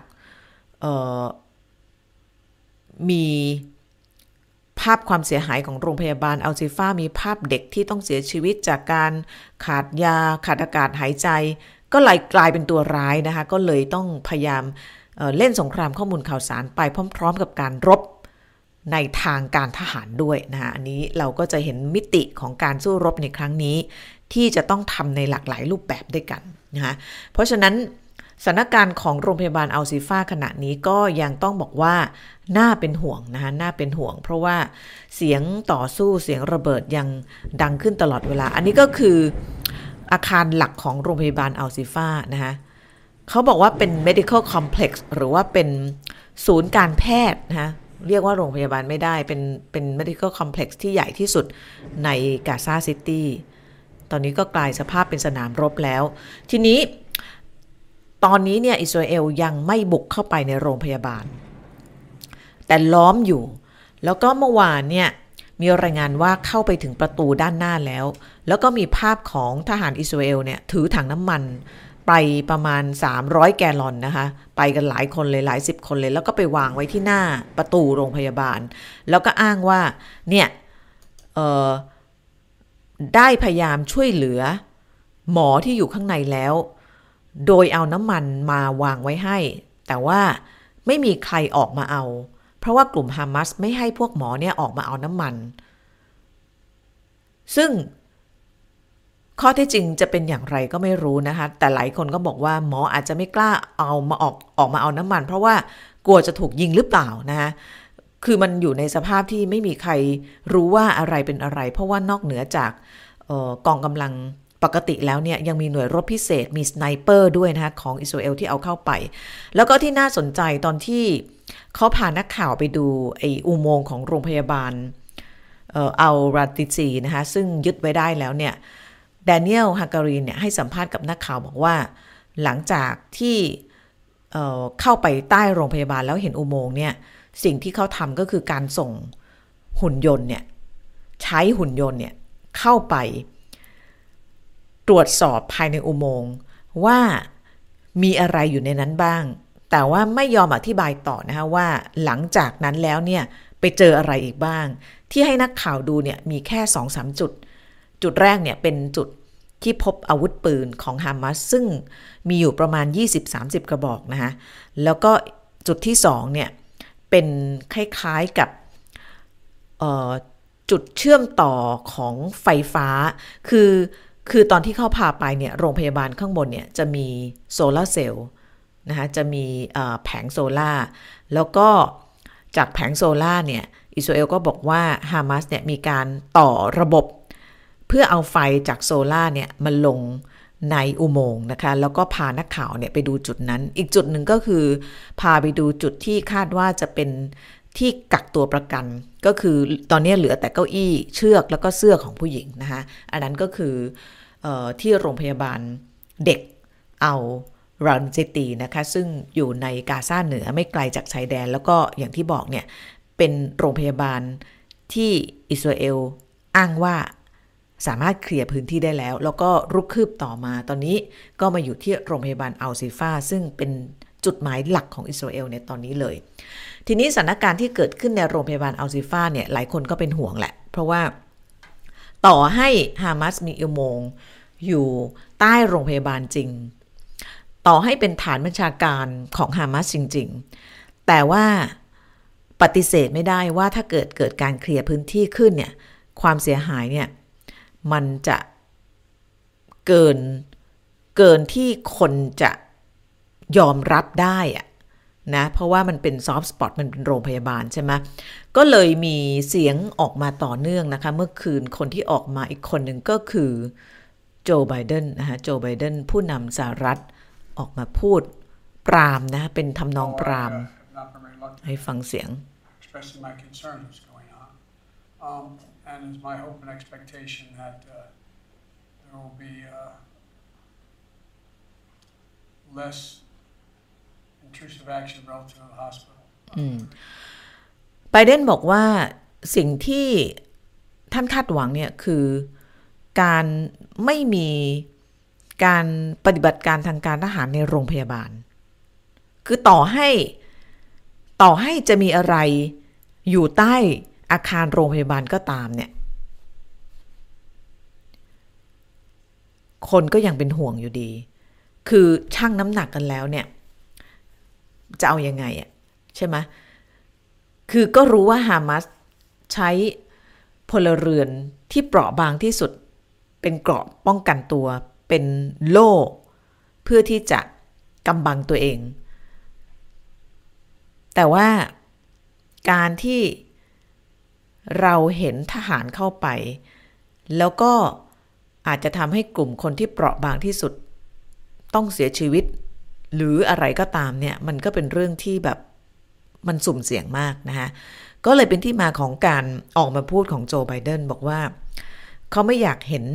มีภาพความเสียหายของโรงพยาบาลอัลซีฟามีภาพเด็กที่ต้องเสียชีวิตจากการขาดยาขาดอากาศหายใจก็เลยกลายเป็นตัวร้ายนะคะก็เลยต้องพยายามเอ่อเล่นสงครามข้อมูลข่าวสารไปพร้อมๆกับการรบในทางการทหารด้วยนะคะอันนี้เราก็จะเห็นมิติของการสู้รบในครั้งนี้ที่จะต้องทำในหลากหลายรูปแบบด้วยกันนะคะเพราะฉะนั้นสถานการณ์ของโรงพยาบาลอัลซีฟาขณะนี้ก็ยังต้องบอกว่าน่าเป็นห่วงนะคะน่าเป็นห่วงเพราะว่าเสียงต่อสู้เสียงระเบิดยังดังขึ้นตลอดเวลาอันนี้ก็คืออาคารหลักของโรงพยาบาลอัลซีฟานะคะเขาบอกว่าเป็น medical complex หรือว่าเป็นศูนย์การแพทย์นะคะเรียกว่าโรงพยาบาลไม่ได้เป็นเป็น medical complex ที่ใหญ่ที่สุดในกาซาซิตี้ตอนนี้ก็กลายสภาพเป็นสนามรบแล้วทีนี้ตอนนี้เนี่ยอิสราเอลยังไม่บุกเข้าไปในโรงพยาบาลแต่ล้อมอยู่แล้วก็เมื่อวานเนี่ยมีรายงานว่าเข้าไปถึงประตูด้านหน้าแล้วแล้วก็มีภาพของทหารอิสราเอลเนี่ยถือถังน้ำมันไปประมาณสามร้อยแกลลอนนะคะไปกันหลายคนเลยหลายสิบคนเลยแล้วก็ไปวางไว้ที่หน้าประตูโรงพยาบาลแล้วก็อ้างว่าเนี่ยเอ่อได้พยายามช่วยเหลือหมอที่อยู่ข้างในแล้วโดยเอาน้ำมันมาวางไว้ให้แต่ว่าไม่มีใครออกมาเอาเพราะว่ากลุ่มฮามาสไม่ให้พวกหมอเนี่ยออกมาเอาน้ำมันซึ่งข้อเท็จจริงจะเป็นอย่างไรก็ไม่รู้นะคะแต่หลายคนก็บอกว่าหมออาจจะไม่กล้าเอามาออกออกมาเอาน้ำมันเพราะว่ากลัวจะถูกยิงหรือเปล่านะคะคือมันอยู่ในสภาพที่ไม่มีใครรู้ว่าอะไรเป็นอะไรเพราะว่านอกเหนือจากเอ่อกองกำลังปกติแล้วเนี่ยยังมีหน่วยรบพิเศษมีสไนเปอร์ด้วยนะคะของอิสราเอลที่เอาเข้าไปแล้วก็ที่น่าสนใจตอนที่เขาพานักข่าวไปดูไอ้อุโมงค์ของโรงพยาบาลเอ่ออัลราติซีนะคะซึ่งยึดไว้ได้แล้วเนี่ยแดเนียลฮาการีนเนี่ยให้สัมภาษณ์กับนักข่าวบอกว่าหลังจากที่เอ่อเข้าไปใต้โรงพยาบาลแล้วเห็นอุโมงค์เนี่ยสิ่งที่เขาทำก็คือการส่งหุ่นยนต์เนี่ยใช้หุ่นยนต์เนี่ยเข้าไปตรวจสอบภายในอุโมงค์ว่ามีอะไรอยู่ในนั้นบ้างแต่ว่าไม่ยอมอธิบายต่อนะคะว่าหลังจากนั้นแล้วเนี่ยไปเจออะไรอีกบ้างที่ให้นักข่าวดูเนี่ยมีแค่ สองถึงสาม จุดจุดแรกเนี่ยเป็นจุดที่พบอาวุธปืนของฮามาสซึ่งมีอยู่ประมาณ ยี่สิบถึงสามสิบ กระบอกนะคะแล้วก็จุดที่สองเนี่ยเป็นคล้ายๆกับจุดเชื่อมต่อของไฟฟ้าคือคือตอนที่เข้าพาไปเนี่ยโรงพยาบาลข้างบนเนี่ยจะมีโซลาร์เซลล์นะคะจะมีแผงโซล่าแล้วก็จากแผงโซล่าเนี่ยอิสราเอลก็บอกว่าฮามาสเนี่ยมีการต่อระบบเพื่อเอาไฟจากโซล่าเนี่ยมาลงในอุโมงค์นะคะแล้วก็พานักข่าวเนี่ยไปดูจุดนั้นอีกจุดหนึ่งก็คือพาไปดูจุดที่คาดว่าจะเป็นที่กักตัวประกันก็คือตอนนี้เหลือแต่เก้าอี้เชือกแล้วก็เสื้อของผู้หญิงนะคะอันนั้นก็คือเอ่อที่โรงพยาบาลเด็กเอารันเจตีนะคะซึ่งอยู่ในกาซาเหนือไม่ไกลจากชายแดนแล้วก็อย่างที่บอกเนี่ยเป็นโรงพยาบาลที่อิสราเอลอ้างว่าสามารถเคลียร์พื้นที่ได้แล้วแล้วก็รุกคืบต่อมาตอนนี้ก็มาอยู่ที่โรงพยาบาลอัลซิฟาซึ่งเป็นจุดหมายหลักของอิสราเอลในตอนนี้เลยทีนี้สถานการณ์ที่เกิดขึ้นในโรงพยาบาลอัลซิฟาเนี่ยหลายคนก็เป็นห่วงแหละเพราะว่าต่อให้ฮามาสมีอุโมงค์อยู่ใต้โรงพยาบาลจริงต่อให้เป็นฐานบัญชาการของฮามาสจริงๆแต่ว่าปฏิเสธไม่ได้ว่าถ้าเกิดเกิดการเคลียร์พื้นที่ขึ้นเนี่ยความเสียหายเนี่ยมันจะเกินเกินที่คนจะยอมรับได้อะนะเพราะว่ามันเป็นซอฟต์สปอตมันเป็นโรงพยาบาลใช่ไหมก็เลยมีเสียงออกมาต่อเนื่องนะคะเมื่อคืนคนที่ออกมาอีกคนหนึ่งก็คือโจไบเดนนะคะโจไบเดนผู้นำสหรัฐออกมาพูดปรามนะเป็นทำนองปรามให้ฟังเสียง And it's my hope and expectation that uh, there will be uh, less intrusive action relative to the hospital. ไบเดนบอกว่าสิ่งที่ท่านคาดหวังเนี่ยคือการไม่มีการปฏิบัติการทางการทหารในโรงพยาบาลคือต่อให้ต่อให้จะมีอะไรอยู่ใต้อาคารโรงพยาบาลก็ตามเนี่ยคนก็ยังเป็นห่วงอยู่ดีคือชั่งน้ำหนักกันแล้วเนี่ยจะเอายังไงอ่ะใช่ไหมคือก็รู้ว่าฮามาสใช้พลเรือนที่เปราะบางที่สุดเป็นเกราะป้องกันตัวเป็นโล่เพื่อที่จะกำบังตัวเองแต่ว่าการที่เราเห็นทหารเข้าไปแล้วก็อาจจะทำให้กลุ่มคนที่เปราะบางที่สุดต้องเสียชีวิตหรืออะไรก็ตามเนี่ยมันก็เป็นเรื่องที่แบบมันสุ่มเสี่ยงมากนะคะก็เลยเป็นที่มาของการออกมาพูดของโจไบเดนบอกว่าเขาไม่อยากเห็น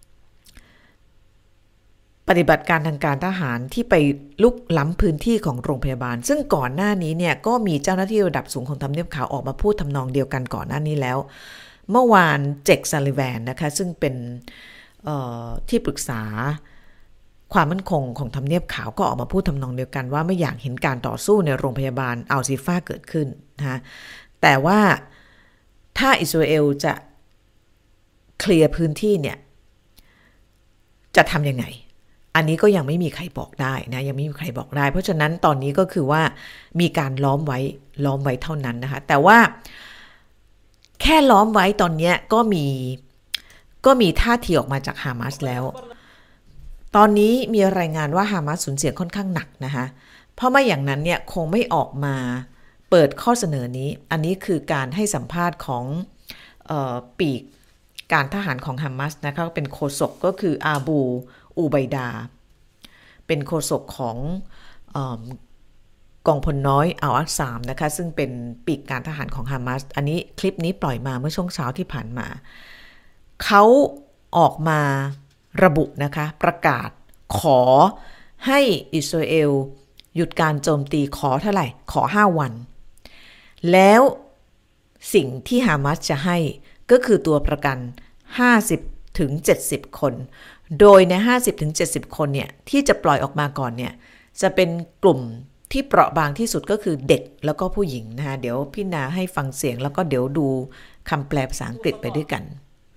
ปฏิบัติการทางการทหารที่ไปลุกล้ำพื้นที่ของโรงพยาบาลซึ่งก่อนหน้านี้เนี่ยก็มีเจ้าหน้าที่ระดับสูงของทำเนียบขาวออกมาพูดทำนองเดียวกันก่อนหน้านี้แล้วเมื่อวานเจคซัลลิแวนนะคะซึ่งเป็นที่ปรึกษาความมั่นคงของทำเนียบขาวก็ออกมาพูดทำนองเดียวกันว่าไม่อยากเห็นการต่อสู้ในโรงพยาบาลอัลซิฟาเกิดขึ้นนะแต่ว่าถ้าอิสราเอลจะเคลียร์พื้นที่เนี่ยจะทำยังไงอันนี้ก็ยังไม่มีใครบอกได้นะยังไม่มีใครบอกได้เพราะฉะนั้นตอนนี้ก็คือว่ามีการล้อมไว้ล้อมไว้เท่านั้นนะคะแต่ว่าแค่ล้อมไว้ตอนนี้ก็มีก็มีท่าทีออกมาจากฮามาสแล้วตอนนี้มีรายงานว่าฮามาสสูญเสียค่อนข้างหนักนะคะเพราะไม่อย่างนั้นเนี่ยคงไม่ออกมาเปิดข้อเสนอนี้อันนี้คือการให้สัมภาษณ์ของเอ่อปีกการทหารของฮามาสนะคะเป็นโฆษกก็คืออาบูอูไบดาเป็นโฆษกของเอ่อกองพลน้อยอัลอักซามนะคะซึ่งเป็นปีกการทหารของฮามาสอันนี้คลิปนี้ปล่อยมาเมื่อช่วงเช้าที่ผ่านมาเขาออกมาระบุนะคะประกาศขอให้อิสราเอลหยุดการโจมตีขอเท่าไหร่ขอห้าวันแล้วสิ่งที่ฮามาสจะให้ก็คือตัวประกัน ห้าสิบถึงเจ็ดสิบ คนโดยใน ห้าสิบถึงเจ็ดสิบ คนเนี่ยที่จะปล่อยออกมาก่อนเนี่ยจะเป็นกลุ่มที่เปราะบางที่สุดก็คือเด็กแล้วก็ผู้หญิงนะคะเดี๋ยวพี่นาให้ฟังเสียงแล้วก็เดี๋ยวดูคำแปลภาษาอังกฤษไปด้วยกัน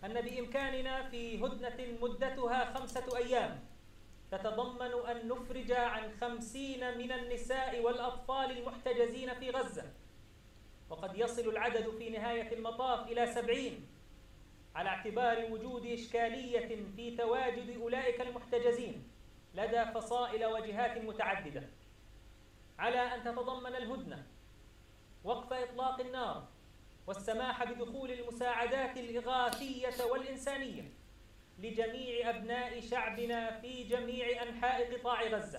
تتضمن أن نفرج عن خمسين من النساء والأطفال المحتجزين في غزة وقد يصل العدد في نهاية المطاف إلى سبعين على اعتبار وجود إشكالية في تواجد أولئك المحتجزين لدى فصائل وجهات متعددة على أن تتضمن الهدنة وقف إطلاق النار والسماح بدخول المساعدات الإغاثية والإنسانية لجميع أبناء شعبنا في جميع أنحاء قطاع غزة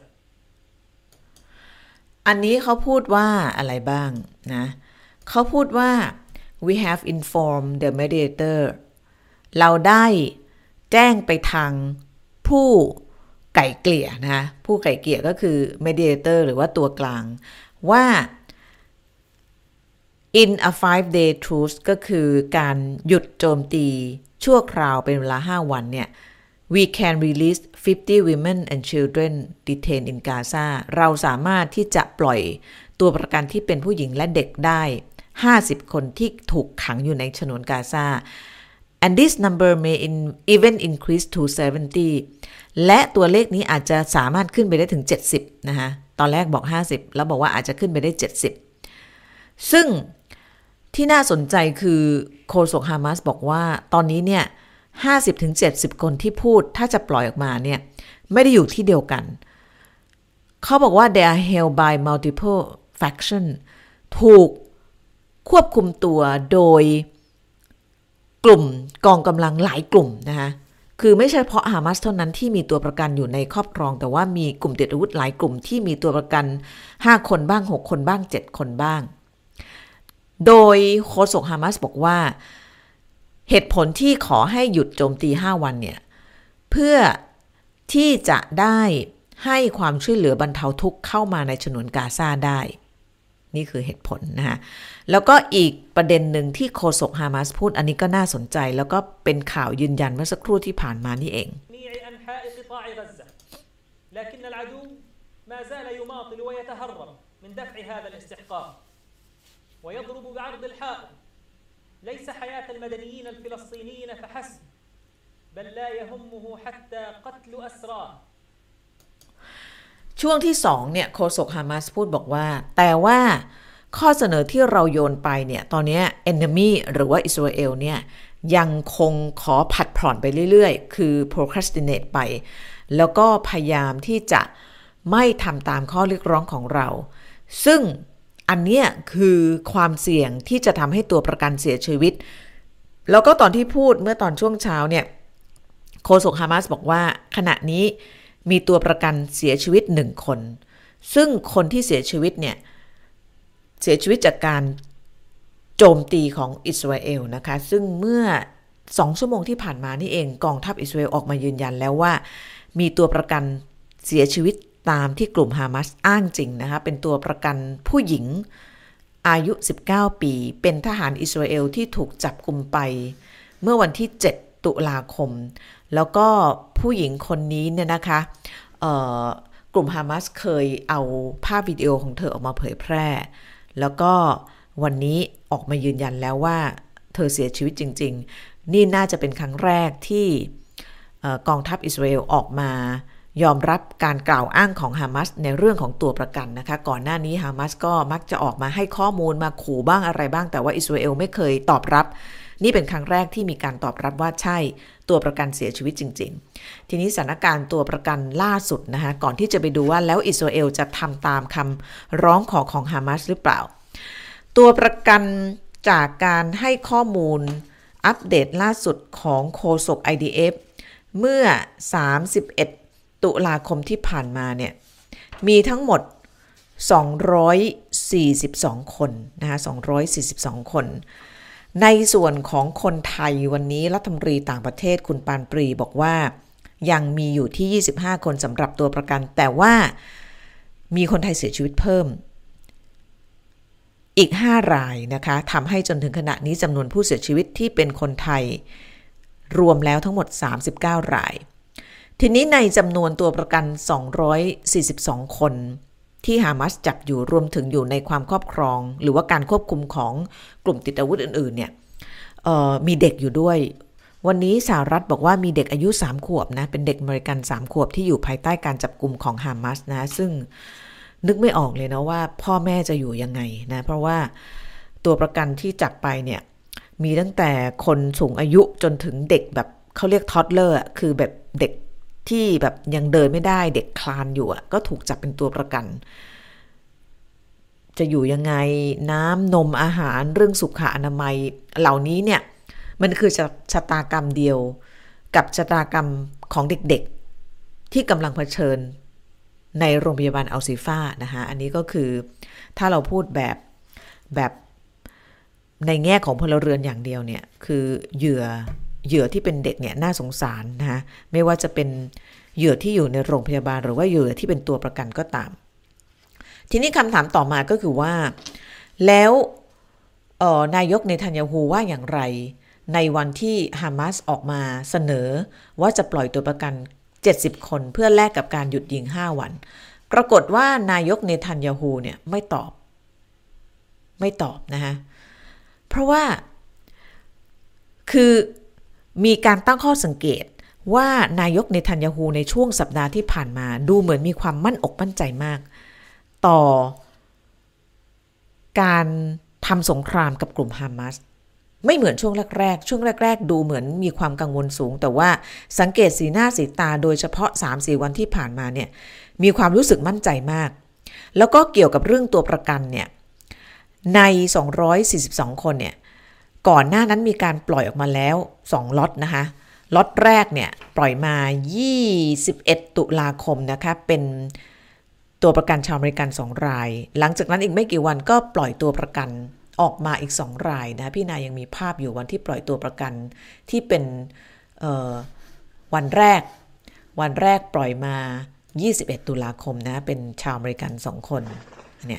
อันนี้เขาพูดว่าอะไรบ้างนะเขาพูดว่า we have informed the mediator เราได้แจ้งไปทางผู้ไก่เกลี่ยนะผู้ไก่เกลี่ยก็คือ mediator หรือว่าตัวกลางว่า in a five day truce ก็คือการหยุดโจมตีชั่วคราวเป็นเวลาห้าวันเนี่ย we can release fifty women and children detained in Gaza เราสามารถที่จะปล่อยตัวประกันที่เป็นผู้หญิงและเด็กได้ห้าสิบคนที่ถูกขังอยู่ในฉนวนกาซา and this number may in, even increase to seventy และตัวเลขนี้อาจจะสามารถขึ้นไปได้ถึงเจ็ดสิบนะคะตอนแรกบอกห้าสิบแล้วบอกว่าอาจจะขึ้นไปได้เจ็ดสิบซึ่งที่น่าสนใจคือโฆษกฮามาสบอกว่าตอนนี้เนี่ย ห้าสิบถึงเจ็ดสิบ คนที่พูดถ้าจะปล่อยออกมาเนี่ยไม่ได้อยู่ที่เดียวกันเขาบอกว่า they are held by multiple faction ถูกควบคุมตัวโดยกลุ่มกองกำลังหลายกลุ่มนะคะคือไม่ใช่เพราะฮามาสเท่านั้นที่มีตัวประกันอยู่ในครอบครองแต่ว่ามีกลุ่มติดอาวุธหลายกลุ่มที่มีตัวประกันห้าคนบ้างหกคนบ้างเจ็ดคนบ้างโดยโฆษกฮามาสบอกว่าเหตุผลที่ขอให้หยุดโจมตีห้าวันเนี่ยเพื่อที่จะได้ให้ความช่วยเหลือบรรเทาทุกข์เข้ามาในฉนวนกาซาได้นี่คือเหตุผลนะคะแล้วก็อีกประเด็นหนึ่งที่โฆษกฮามาสพูดอันนี้ก็น่าสนใจแล้วก็เป็นข่าวยืนยันเมื่อสักครู่ที่ผ่านมานี่เอง لكن العدو ما زال يماطل ويتهرب من دفع هذا الاستحقاق ويضرب بعرض الحائط ليس حياة المدنيين الفلسطينيين فحسب بل لا يهمه حتى قتل أسراه ช่วงที่สองเนี่ยโฆษกฮามาสพูดบอกว่าแต่ว่าข้อเสนอที่เราโยนไปเนี่ยตอนนี้ enemy หรือว่าอิสราเอลเนี่ยยังคงขอผัดผ่อนไปเรื่อยๆคือ procrastinate ไปแล้วก็พยายามที่จะไม่ทำตามข้อเรียกร้องของเราซึ่งอันเนี้ยคือความเสี่ยงที่จะทำให้ตัวประกันเสียชีวิตแล้วก็ตอนที่พูดเมื่อตอนช่วงเช้าเนี่ยโฆษกฮามาสบอกว่าขณะนี้มีตัวประกันเสียชีวิตหนึ่งคนซึ่งคนที่เสียชีวิตเนี่ยเสียชีวิตจากการโจมตีของอิสราเอลนะคะซึ่งเมื่อสองชั่วโมงที่ผ่านมานี่เองกองทัพอิสราเอลออกมายืนยันแล้วว่ามีตัวประกันเสียชีวิตตามที่กลุ่มฮามาสอ้างจริงนะคะเป็นตัวประกันผู้หญิงอายุสิบเก้าปีเป็นทหารอิสราเอลที่ถูกจับกุมไปเมื่อวันที่เจ็ดตุลาคมแล้วก็ผู้หญิงคนนี้เนี่ยนะคะกลุ่มฮามาสเคยเอาภาพวิดีโอของเธอออกมาเผยแพร่แล้วก็วันนี้ออกมายืนยันแล้วว่าเธอเสียชีวิตจริงๆนี่น่าจะเป็นครั้งแรกที่กองทัพอิสราเอลออกมายอมรับการกล่าวอ้างของฮามาสในเรื่องของตัวประกันนะคะก่อนหน้านี้ฮามาสก็มักจะออกมาให้ข้อมูลมาขู่บ้างอะไรบ้างแต่ว่าอิสราเอลไม่เคยตอบรับนี่เป็นครั้งแรกที่มีการตอบรับว่าใช่ตัวประกันเสียชีวิตจริงๆทีนี้สถานการณ์ตัวประกันล่าสุดนะคะก่อนที่จะไปดูว่าแล้วอิสราเอลจะทำตามคำร้องขอของฮามาสหรือเปล่าตัวประกันจากการให้ข้อมูลอัปเดตล่าสุดของโฆษก ไอ ดี เอฟ เมื่อสามสิบเอ็ดตุลาคมที่ผ่านมาเนี่ยมีทั้งหมดสองร้อยสี่สิบสองคนนะคะสองร้อยสี่สิบสองคนในส่วนของคนไทยวันนี้รัฐมนตรีต่างประเทศคุณปานปรีบอกว่ายังมีอยู่ที่ยี่สิบห้าคนสำหรับตัวประกันแต่ว่ามีคนไทยเสียชีวิตเพิ่มอีกห้ารายนะคะทำให้จนถึงขณะนี้จำนวนผู้เสียชีวิตที่เป็นคนไทยรวมแล้วทั้งหมดสามสิบเก้ารายทีนี้ในจำนวนตัวประกันสองร้อยสี่สิบสองคนที่ฮามาสจับอยู่รวมถึงอยู่ในความครอบครองหรือว่าการควบคุมของกลุ่มติดอาวุธอื่นๆเนี่ยมีเด็กอยู่ด้วยวันนี้สหรัฐบอกว่ามีเด็กอายุสามขวบนะเป็นเด็กอเมริกันสามขวบที่อยู่ภายใต้การจับกุมของฮามาสนะซึ่งนึกไม่ออกเลยนะว่าพ่อแม่จะอยู่ยังไงนะเพราะว่าตัวประกันที่จับไปเนี่ยมีตั้งแต่คนสูงอายุจนถึงเด็กแบบเขาเรียกทอดเลอร์คือแบบเด็กที่แบบยังเดินไม่ได้เด็กคลานอยู่อ่ะก็ถูกจับเป็นตัวประกันจะอยู่ยังไงน้ำนมอาหารเรื่องสุขอนามัยเหล่านี้เนี่ยมันคือชะตากรรมเดียวกับชะตากรรมของเด็กๆที่กำลังเผชิญในโรงพยาบาลอัลซิฟ่านะคะอันนี้ก็คือถ้าเราพูดแบบแบบในแง่ของพลเรือนอย่างเดียวเนี่ยคือเหยื่อเหยื่อที่เป็นเด็กเนี่ยน่าสงสารนะคะไม่ว่าจะเป็นเหยื่อที่อยู่ในโรงพยาบาลหรือว่าเหยื่อที่เป็นตัวประกันก็ตามทีนี้คำถามต่อมาก็คือว่าแล้วเอ่อนายกเนทันยาฮูว่าอย่างไรในวันที่ฮามาสออกมาเสนอว่าจะปล่อยตัวประกันเจ็ดสิบคนเพื่อแลกกับการหยุดยิงห้าวันปรากฏว่านายกเนทันยาฮูเนี่ยไม่ตอบไม่ตอบนะคะเพราะว่าคือมีการตั้งข้อสังเกตว่านายกเนทันยาฮูในช่วงสัปดาห์ที่ผ่านมาดูเหมือนมีความมั่นอกมั่นใจมากต่อการทำสงครามกับกลุ่มฮามาสไม่เหมือนช่วงแรกๆช่วงแรกๆดูเหมือนมีความกังวลสูงแต่ว่าสังเกตสีหน้าสีตาโดยเฉพาะ สามถึงสี่ วันที่ผ่านมาเนี่ยมีความรู้สึกมั่นใจมากแล้วก็เกี่ยวกับเรื่องตัวประกันเนี่ยในสองร้อยสี่สิบสองคนเนี่ยก่อนหน้านั้นมีการปล่อยออกมาแล้วสองล็อตนะคะล็อตแรกเนี่ยปล่อยมายี่สิบเอ็ดตุลาคมนะคะเป็นตัวประกันชาวอเมริกันสองรายหลังจากนั้นอีกไม่กี่วันก็ปล่อยตัวประกันออกมาอีกสองรายนะพี่นายยังมีภาพอยู่วันที่ปล่อยตัวประกันที่เป็นวันแรกวันแรกปล่อยมายี่สิบเอ็ดตุลาคมนะเป็นชาวอเมริกันสองคนเนี่ย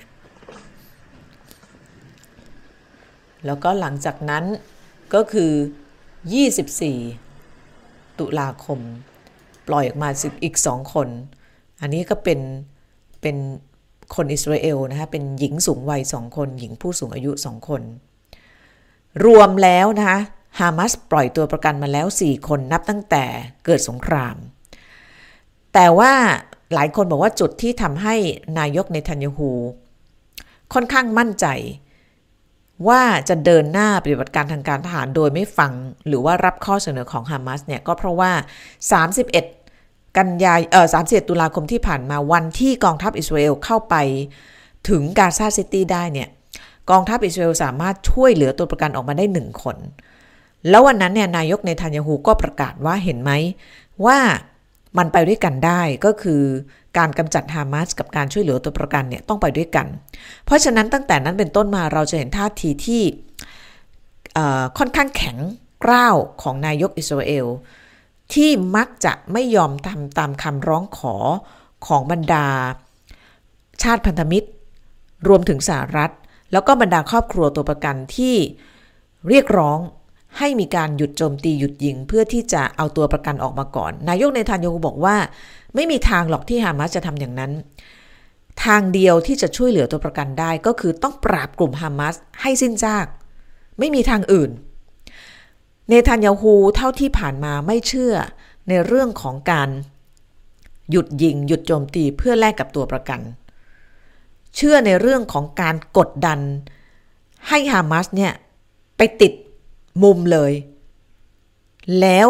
แล้วก็หลังจากนั้นก็คือยี่สิบสี่ตุลาคมปล่อยออกมาอีกสองคนอันนี้ก็เป็นเป็นคนอิสราเอลนะคะเป็นหญิงสูงวัยสองคนหญิงผู้สูงอายุสองคนรวมแล้วนะคะฮามาสปล่อยตัวประกันมาแล้วสี่คนนับตั้งแต่เกิดสงครามแต่ว่าหลายคนบอกว่าจุดที่ทำให้นายกเนทันยาฮูค่อนข้างมั่นใจว่าจะเดินหน้าปฏิบัติการทางการทหารโดยไม่ฟังหรือว่ารับข้อเสนอของฮามาสเนี่ยก็เพราะว่าสามสิบเอ็ดกันยายนเอ่อสามสิบเอ็ดตุลาคมที่ผ่านมาวันที่กองทัพอิสราเอลเข้าไปถึงกาซาซิตี้ได้เนี่ยกองทัพอิสราเอลสามารถช่วยเหลือตัวประกันออกมาได้หนึ่งคนแล้ววันนั้นเนี่ยนายกเนทันยาฮูก็ประกาศว่าเห็นไหมว่ามันไปด้วยกันได้ก็คือการกำจัดฮามาสกับการช่วยเหลือตัวประกันเนี่ยต้องไปด้วยกันเพราะฉะนั้นตั้งแต่นั้นเป็นต้นมาเราจะเห็นท่าทีที่ค่อนข้างแข็งกร้าวของนายกอิสราเอลที่มักจะไม่ยอมทำตามคำร้องขอของบรรดาชาติพันธมิตรรวมถึงสหรัฐแล้วก็บรรดาครอบครัวตัวประกันที่เรียกร้องให้มีการหยุดโจมตีหยุดยิงเพื่อที่จะเอาตัวประกันออกมาก่อนนายกเนทันยาฮูบอกว่าไม่มีทางหรอกที่ฮามาสจะทำอย่างนั้นทางเดียวที่จะช่วยเหลือตัวประกันได้ก็คือต้องปราบกลุ่มฮามาสให้สิ้นซากไม่มีทางอื่นเนทันยาฮูเท่าที่ผ่านมาไม่เชื่อในเรื่องของการหยุดยิงหยุดโจมตีเพื่อแลกกับตัวประกันเชื่อในเรื่องของการกดดันให้ฮามาสเนี่ยไปติดมุมเลยแล้ว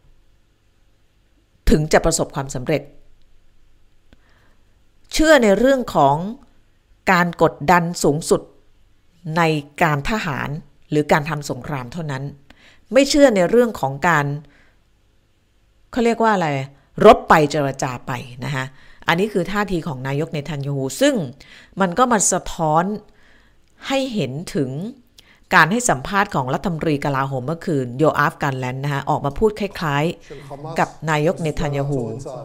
ถึงจะประสบความสำเร็จเชื่อในเรื่องของการกดดันสูงสุดในการทหารหรือการทำสงครามเท่านั้นไม่เชื่อในเรื่องของการเขาเรียกว่าอะไรรบไปเจรจาไปนะคะอันนี้คือท่าทีของนายกเนทันยาฮูซึ่งมันก็มาสะท้อนให้เห็นถึงการให้สัมภาษณ์ของรัฐมนตรีกลาโหมเมื่อคืนโยอาฟการแลนด์นะคะออกมาพูดคล้ายๆกับนายกเนทันยาฮู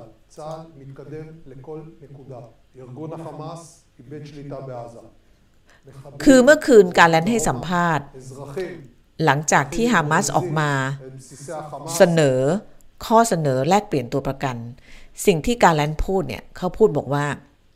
คือเมื่อคืนการแลนด์ให้สัมภาษณ์หลังจากที่ฮามาสออกมาเสนอข้อเสนอแลกเปลี่ยนตัวประกันสิ่งที่การแลนด์พูดเนี่ยเขาพูดบอกว่า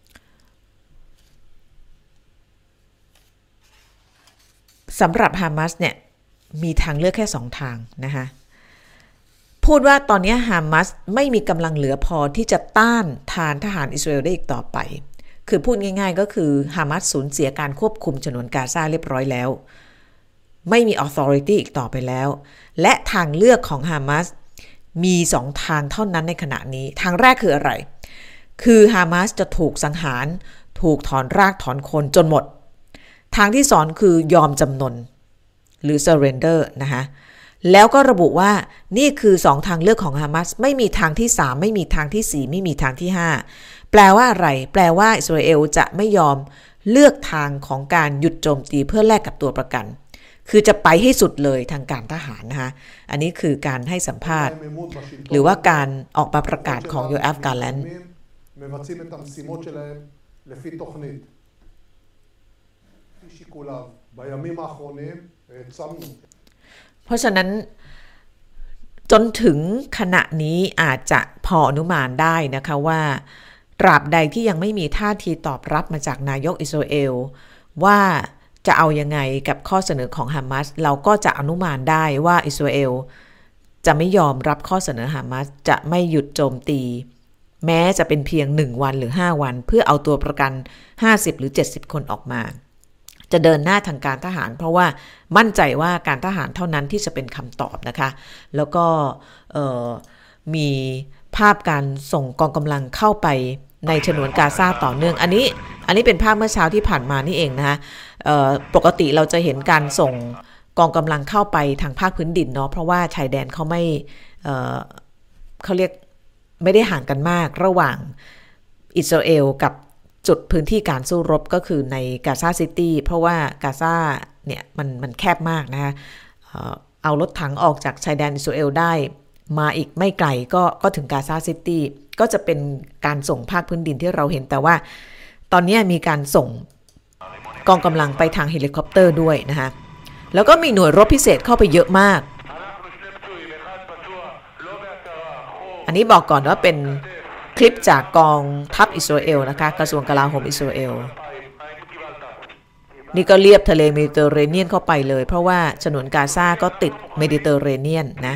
สำหรับฮามาสเนี่ยมีทางเลือกแค่สองทางนะคะพูดว่าตอนนี้ฮามาสไม่มีกำลังเหลือพอที่จะต้านทานทหารอิสราเอลได้อีกต่อไปคือพูดง่ายๆก็คือฮามาสสูญเสียการควบคุมฉนวนกาซาเรียบร้อยแล้วไม่มี authority อีกต่อไปแล้วและทางเลือกของฮามาสมีสองทางเท่านั้นในขณะนี้ทางแรกคืออะไรคือฮามาสจะถูกสังหารถูกถอนรากถอนโคนจนหมดทางที่สองคือยอมจำนนหรือ surrender นะคะแล้วก็ระบุว่านี่คือสองทางเลือกของฮามาสไม่มีทางที่สามไม่มีทางที่สี่ไม่มีทางที่ห้าแปลว่าอะไรแปลว่าอิสราเอลจะไม่ยอมเลือกทางของการหยุดโจมตีเพื่อแลกกับตัวประกันคือจะไปให้สุดเลยทางการทหารนะคะอันนี้คือการให้สัมภาษณ์หรือว่าการออกมาประกาศของโยอาฟการแลนด์ מבצעים את המשימות שלהם לפי תוכנית. เพราะฉะนั้นจนถึงขณะนี้อาจจะพออนุมานได้นะคะว่าตราบใดที่ยังไม่มีท่าทีตอบรับมาจากนายกอิสราเอลว่าจะเอายังไงกับข้อเสนอของฮามาสเราก็จะอนุมานได้ว่าอิสราเอลจะไม่ยอมรับข้อเสนอฮามาสจะไม่หยุดโจมตีแม้จะเป็นเพียงหนึ่งวันหรือห้าวันเพื่อเอาตัวประกันห้าสิบหรือเจ็ดสิบคนออกมาจะเดินหน้าทางการทหารเพราะว่ามั่นใจว่าการทหารเท่านั้นที่จะเป็นคำตอบนะคะแล้วก็มีภาพการส่งกองกำลังเข้าไปในฉนวนกาซาต่อเนื่องอันนี้อันนี้เป็นภาพเมื่อเช้าที่ผ่านมานี่เองนะคะปกติเราจะเห็นการส่งกองกำลังเข้าไปทางภาคพื้นดินเนาะเพราะว่าชายแดนเขาไม่เอ่อเขาเรียกไม่ได้ห่างกันมากระหว่างอิสราเอลกับจุดพื้นที่การสู้รบก็คือในกาซาซิตี้เพราะว่ากาซาเนี่ยมันมันแคบมากนะคะเอารถถังออกจากชายแดนอิสราเอลได้มาอีกไม่ไกลก็ก็ถึงกาซาซิตี้ก็จะเป็นการส่งภาคพื้นดินที่เราเห็นแต่ว่าตอนนี้มีการส่งกองกำลังไปทางเฮลิคอปเตอร์ด้วยนะคะแล้วก็มีหน่วยรบพิเศษเข้าไปเยอะมากอันนี้บอกก่อนว่าเป็นคลิปจากกองทัพอิสราเอลนะคะกระทรวงกลาโหมอิสราเอลนี่ก็เลียบทะเลเมดิเตอร์เรเนียนเข้าไปเลยเพราะว่าฉนวนกาซาก็ติดเมดิเตอร์เรเนียนนะ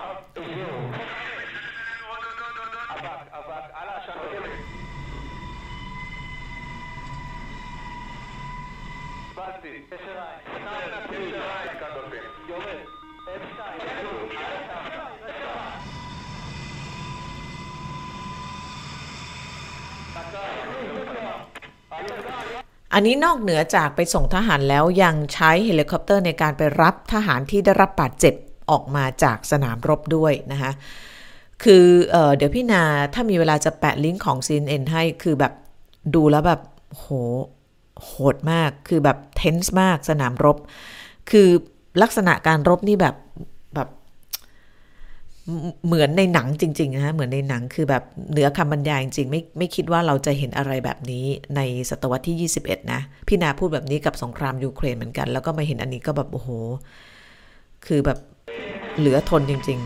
อันนี้นอกเหนือจากไปส่งทหารแล้วยังใช้เฮลิคอปเตอร์ในการไปรับทหารที่ได้รับบาดเจ็บออกมาจากสนามรบด้วยนะคะคือ เอ่อ เดี๋ยวพี่นาถ้ามีเวลาจะแปะลิงก์ของ ซี เอ็น เอ็น ให้คือแบบดูแล้วแบบโหโหดมากคือแบบเทนส์มากสนามรบคือลักษณะการรบนี่แบบแบบเหมือนในหนังจริงๆนะฮะเหมือนในหนังคือแบบเหนือคำบรรยายจริงๆไม่ไม่คิดว่าเราจะเห็นอะไรแบบนี้ในศตวรรษที่ยี่สิบเอ็ดนะพี่นาพูดแบบนี้กับสงครามยูเครนเหมือนกันแล้วก็มาเห็นอันนี้ก็แบบโอ้โหคือแบบเหลือทนจริง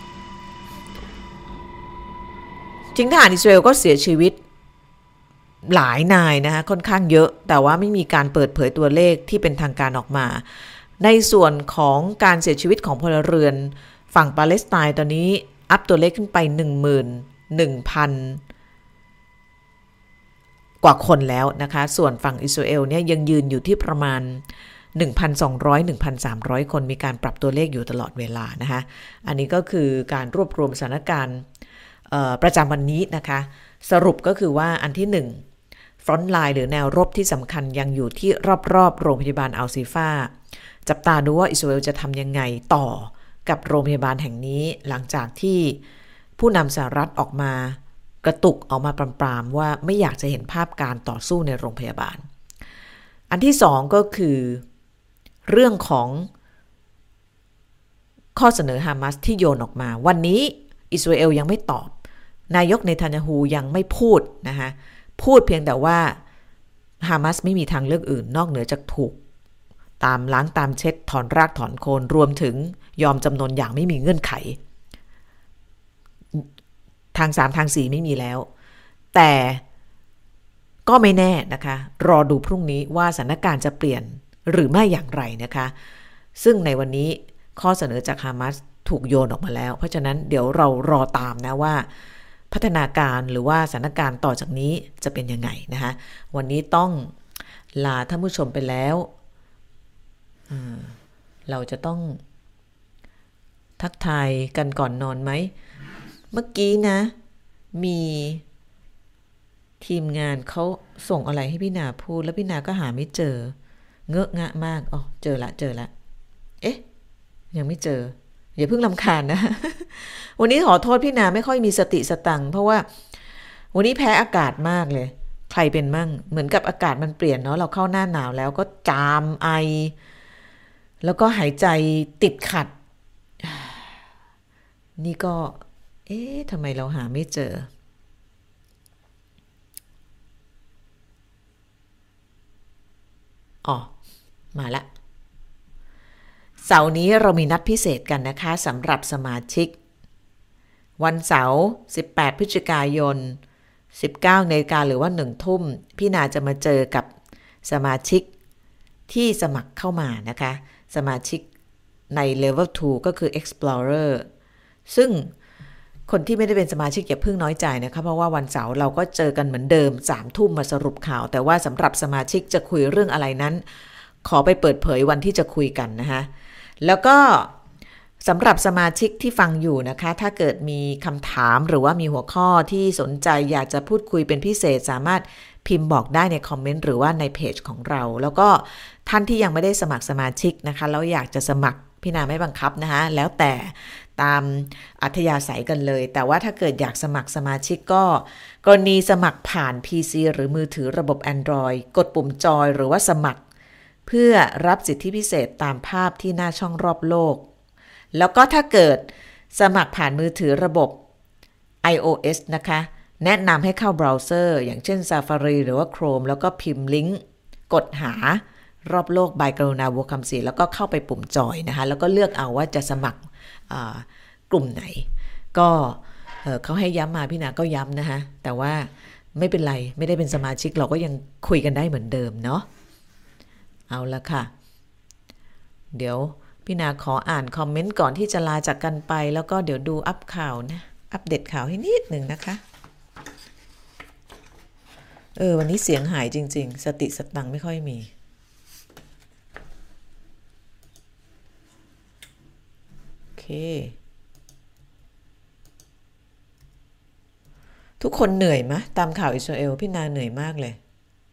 ๆจริงทหารอิสราเอลก็เสียชีวิตหลายนายนะคะค่อนข้างเยอะแต่ว่าไม่มีการเปิดเผยตัวเลขที่เป็นทางการออกมาในส่วนของการเสียชีวิตของพลเรือนฝั่งปาเลสไตน์ตอนนี้อัพตัวเลขขึ้นไป หนึ่งหมื่นหนึ่งพัน กว่าคนแล้วนะคะส่วนฝั่งอิสราเอลเนี่ยยังยืนอยู่ที่ประมาณ หนึ่งพันสองร้อย หนึ่งพันสามร้อย คนมีการปรับตัวเลขอยู่ตลอดเวลานะคะอันนี้ก็คือการรวบรวมสถานการณ์ประจำวันนี้นะคะสรุปก็คือว่าอันที่หนึ่งฟรอนต์ไลน์หรือแนวรบที่สำคัญยังอยู่ที่รอบๆโรงพยาบาลอัลซีฟาจับตาดูว่าอิสราเอลจะทำยังไงต่อกับโรงพยาบาลแห่งนี้หลังจากที่ผู้นำสหรัฐออกมากระตุกออกมาปรามๆว่าไม่อยากจะเห็นภาพการต่อสู้ในโรงพยาบาลอันที่สองก็คือเรื่องของข้อเสนอฮามาสที่โยนออกมาวันนี้อิสราเอลยังไม่ตอบนายกเนทันยาฮูยังไม่พูดนะคะพูดเพียงแต่ว่าฮามาสไม่มีทางเลือกอื่นนอกเหนือจากถูกตามล้างตามเช็ดถอนรากถอนโคนรวมถึงยอมจำนนอย่างไม่มีเงื่อนไขทางสามทางสี่ไม่มีแล้วแต่ก็ไม่แน่นะคะรอดูพรุ่งนี้ว่าสถานการณ์จะเปลี่ยนหรือไม่อย่างไรนะคะซึ่งในวันนี้ข้อเสนอจากฮามาสถูกโยนออกมาแล้วเพราะฉะนั้นเดี๋ยวเรารอตามนะว่าพัฒนาการหรือว่าสถานการณ์ต่อจากนี้จะเป็นยังไงนะคะวันนี้ต้องลาท่านผู้ชมไปแล้วเราจะต้องทักทายกันก่อนนอนไหมเมื่อกี้นะมีทีมงานเขาส่งอะไรให้พี่นาพูดแล้วพี่นาก็หาไม่เจอเงอะงะมากอ๋อเจอละเจอละเอ๊ะยังไม่เจออย่าเพิ่งรำคาญนะ วันนี้ขอโทษพี่นาไม่ค่อยมีสติสตังเพราะว่าวันนี้แพ้อากาศมากเลยใครเป็นมั่งเหมือนกับอากาศมันเปลี่ยนเนาะเราเข้าหน้าหนาวแล้วก็จามไอแล้วก็หายใจติดขัดนี่ก็เอ๊ะทำไมเราหาไม่เจออ๋อมาละเสาร์นี้เรามีนัดพิเศษกันนะคะสำหรับสมาชิกวันเสาร์สิบแปดพฤศจิกายนสิบเก้านาฬิกาหรือว่าหนึ่งทุ่มพี่นาจะมาเจอกับสมาชิกที่สมัครเข้ามานะคะสมาชิกใน Level ทูก็คือ Explorer ซึ่งคนที่ไม่ได้เป็นสมาชิกอย่าเพิ่งน้อยใจนะคะเพราะว่าวันเสาร์เราก็เจอกันเหมือนเดิมสามทุ่มมาสรุปข่าวแต่ว่าสำหรับสมาชิกจะคุยเรื่องอะไรนั้นขอไปเปิดเผยวันที่จะคุยกันนะคะแล้วก็สำหรับสมาชิกที่ฟังอยู่นะคะถ้าเกิดมีคำถามหรือว่ามีหัวข้อที่สนใจอยากจะพูดคุยเป็นพิเศษสามารถพิมพ์บอกได้ในคอมเมนต์หรือว่าในเพจของเราแล้วก็ท่านที่ยังไม่ได้สมัครสมาชิกนะคะแล้วอยากจะสมัครพี่นาไม่บังคับนะคะแล้วแต่ตามอัธยาศัยกันเลยแต่ว่าถ้าเกิดอยากสมัครสมาชิกก็กรณีสมัครผ่าน พี ซี หรือมือถือระบบ Android กดปุ่มจอยหรือว่าสมัครเพื่อรับสิทธิพิเศษตามภาพที่หน้าช่องรอบโลกแล้วก็ถ้าเกิดสมัครผ่านมือถือระบบ iOS นะคะแนะนำให้เข้าเบราว์เซอร์อย่างเช่น Safari หรือว่า Chrome แล้วก็พิมพ์ลิงก์กดหารอบโลก by กรุณาบัวคำศรีแล้วก็เข้าไปปุ่มจอยนะคะแล้วก็เลือกเอาว่าจะสมัครกลุ่มไหนก็เขาให้ย้ำมาพี่นาก็ย้ำนะคะแต่ว่าไม่เป็นไรไม่ได้เป็นสมาชิกเราก็ยังคุยกันได้เหมือนเดิมเนาะเอาละค่ะเดี๋ยวพี่นาขออ่านคอมเมนต์ก่อนที่จะลาจากกันไปแล้วก็เดี๋ยวดูอัปข่าวนะอัปเดตข่าวให้นิดหนึ่งนะคะเออวันนี้เสียงหายจริงๆสติสตังค์ไม่ค่อยมีโอเคทุกคนเหนื่อยไหมตามข่าวอิสราเอลพี่นาเหนื่อยมากเลย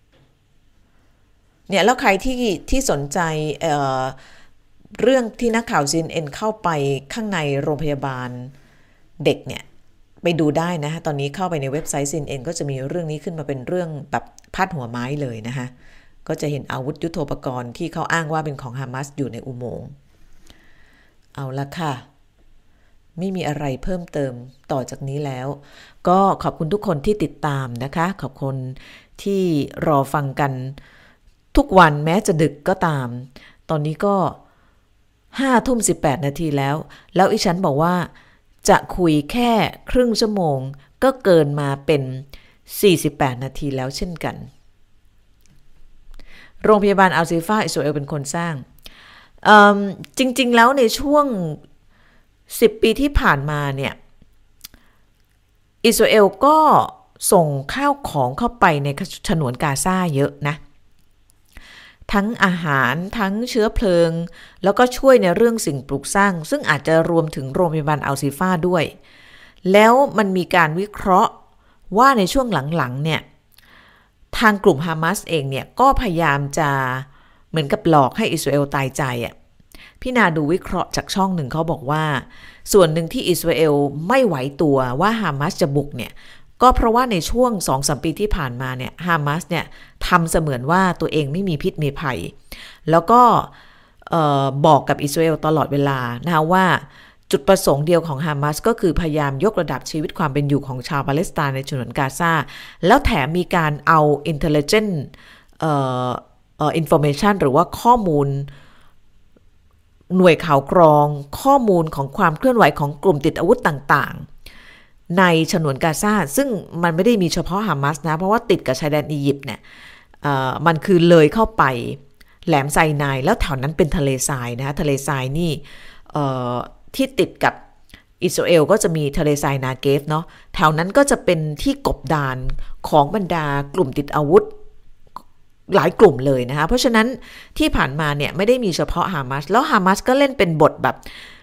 เนี่ยแล้วใครที่ที่สนใจเอ่อเรื่องที่นักข่าว ซี เอ็น เอ็น เข้าไปข้างในโรงพยาบาลเด็กเนี่ยไปดูได้นะตอนนี้เข้าไปในเว็บไซต์ ซี เอ็น เอ็น ก็จะมีเรื่องนี้ขึ้นมาเป็นเรื่องแบบพาดหัวไม้เลยนะคะก็จะเห็นอาวุธยุทโธปกรณ์ที่เขาอ้างว่าเป็นของฮามาสอยู่ในอุโมงค์เอาละค่ะไม่มีอะไรเพิ่มเติมต่อจากนี้แล้วก็ขอบคุณทุกคนที่ติดตามนะคะขอบคุณที่รอฟังกันทุกวันแม้จะดึกก็ตามตอนนี้ก็ห้าทุ่มสิบแปดนาทีแล้วแล้วอีฉันบอกว่าจะคุยแค่ครึ่งชั่วโมงก็เกินมาเป็นสี่สิบแปดนาทีแล้วเช่นกันโรงพยาบาลอัลซิฟาอิสราเอลเป็นคนสร้างจริงๆแล้วในช่วงสิบปีที่ผ่านมาเนี่ยอิสราเอลก็ส่งข้าวของเข้าไปในฉนวนกาซาเยอะนะทั้งอาหารทั้งเชื้อเพลิงแล้วก็ช่วยในเรื่องสิ่งปลูกสร้างซึ่งอาจจะรวมถึงโรงพยาบาลอัลซิฟาด้วยแล้วมันมีการวิเคราะห์ว่าในช่วงหลังๆเนี่ยทางกลุ่มฮามาสเองเนี่ยก็พยายามจะเหมือนกับหลอกให้อิสราเอลตายใจอ่ะพี่นาดูวิเคราะห์จากช่องหนึ่งเขาบอกว่าส่วนหนึ่งที่อิสราเอลไม่ไหวตัวว่าฮามาสจะบุกเนี่ยก็เพราะว่าในช่วง สองถึงสาม ปีที่ผ่านมาเนี่ยฮามาสเนี่ยทำเสมือนว่าตัวเองไม่มีพิษมีภัยแล้วก็บอกกับอิสราเอลตลอดเวลานะว่าจุดประสงค์เดียวของฮามาสก็คือพยายามยกระดับชีวิตความเป็นอยู่ของชาวปาเลสไตน์ในฉนวนกาซาแล้วแถมมีการเอา intelligence เอ่อเอ่อ information หรือว่าข้อมูลหน่วยข่าวกรองข้อมูลของความเคลื่อนไหวของกลุ่มติดอาวุธต่างๆในฉนวนกาซาซึ่งมันไม่ได้มีเฉพาะฮามาสนะเพราะว่าติดกับชายแดนอียิปต์เนี่ยมันคือเลยเข้าไปแหลมไซนายแล้วแถวนั้นเป็นทะเลทรายนะทะเลทรายนี่ที่ติดกับอิสราเอลก็จะมีทะเลทรายนาเกฟเนาะแถวนั้นก็จะเป็นที่กบดานของบรรดากลุ่มติดอาวุธหลายกลุ่มเลยนะคะเพราะฉะนั้นที่ผ่านมาเนี่ยไม่ได้มีเฉพาะฮามาสแล้วฮามาสก็เล่นเป็นบทแบบ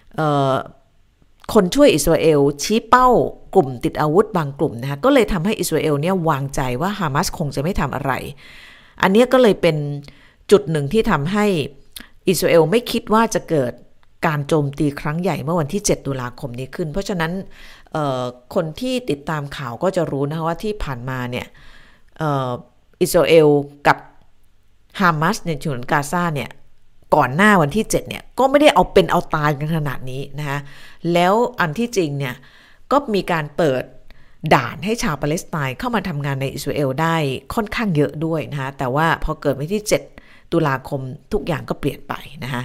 คนช่วยอิสราเอลชี้เป้ากลุ่มติดอาวุธบางกลุ่มนะคะก็เลยทำให้อิสราเอลเนี่ยวางใจว่าฮามาสคงจะไม่ทำอะไรอันนี้ก็เลยเป็นจุดหนึ่งที่ทำให้อิสราเอลไม่คิดว่าจะเกิดการโจมตีครั้งใหญ่เมื่อวันที่เจ็ดตุลาคมนี้ขึ้นเพราะฉะนั้นคนที่ติดตามข่าวก็จะรู้นะคะว่าที่ผ่านมาเนี่ยอิสราเอลกับฮามาสในฉนวนกาซาเนี่ยก่อนหน้าวันที่เจ็ดเนี่ยก็ไม่ได้เอาเป็นเอาตายกันขนาดนี้นะคะแล้วอันที่จริงเนี่ยก็มีการเปิดด่านให้ชาวปาเลสไตน์เข้ามาทำงานในอิสราเอลได้ค่อนข้างเยอะด้วยนะคะแต่ว่าพอเกิดวันที่เจ็ดตุลาคมทุกอย่างก็เปลี่ยนไปนะคะ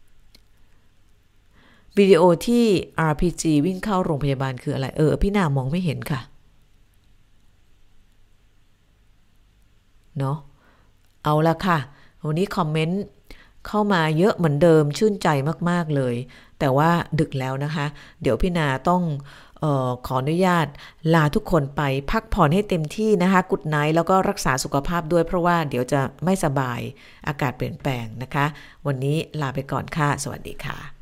วิดีโอที่ อาร์ พี จี วิ่งเข้าโรงพยาบาลคืออะไรเออพี่นามองไม่เห็นค่ะเนาะเอาละค่ะวันนี้คอมเมนต์เข้ามาเยอะเหมือนเดิมชื่นใจมากๆเลยแต่ว่าดึกแล้วนะคะเดี๋ยวพี่นาต้องเอ่อขออนุญาตลาทุกคนไปพักผ่อนให้เต็มที่นะคะกุดไนท์แล้วก็รักษาสุขภาพด้วยเพราะว่าเดี๋ยวจะไม่สบายอากาศเปลี่ยนแปลงนะคะวันนี้ลาไปก่อนค่ะสวัสดีค่ะ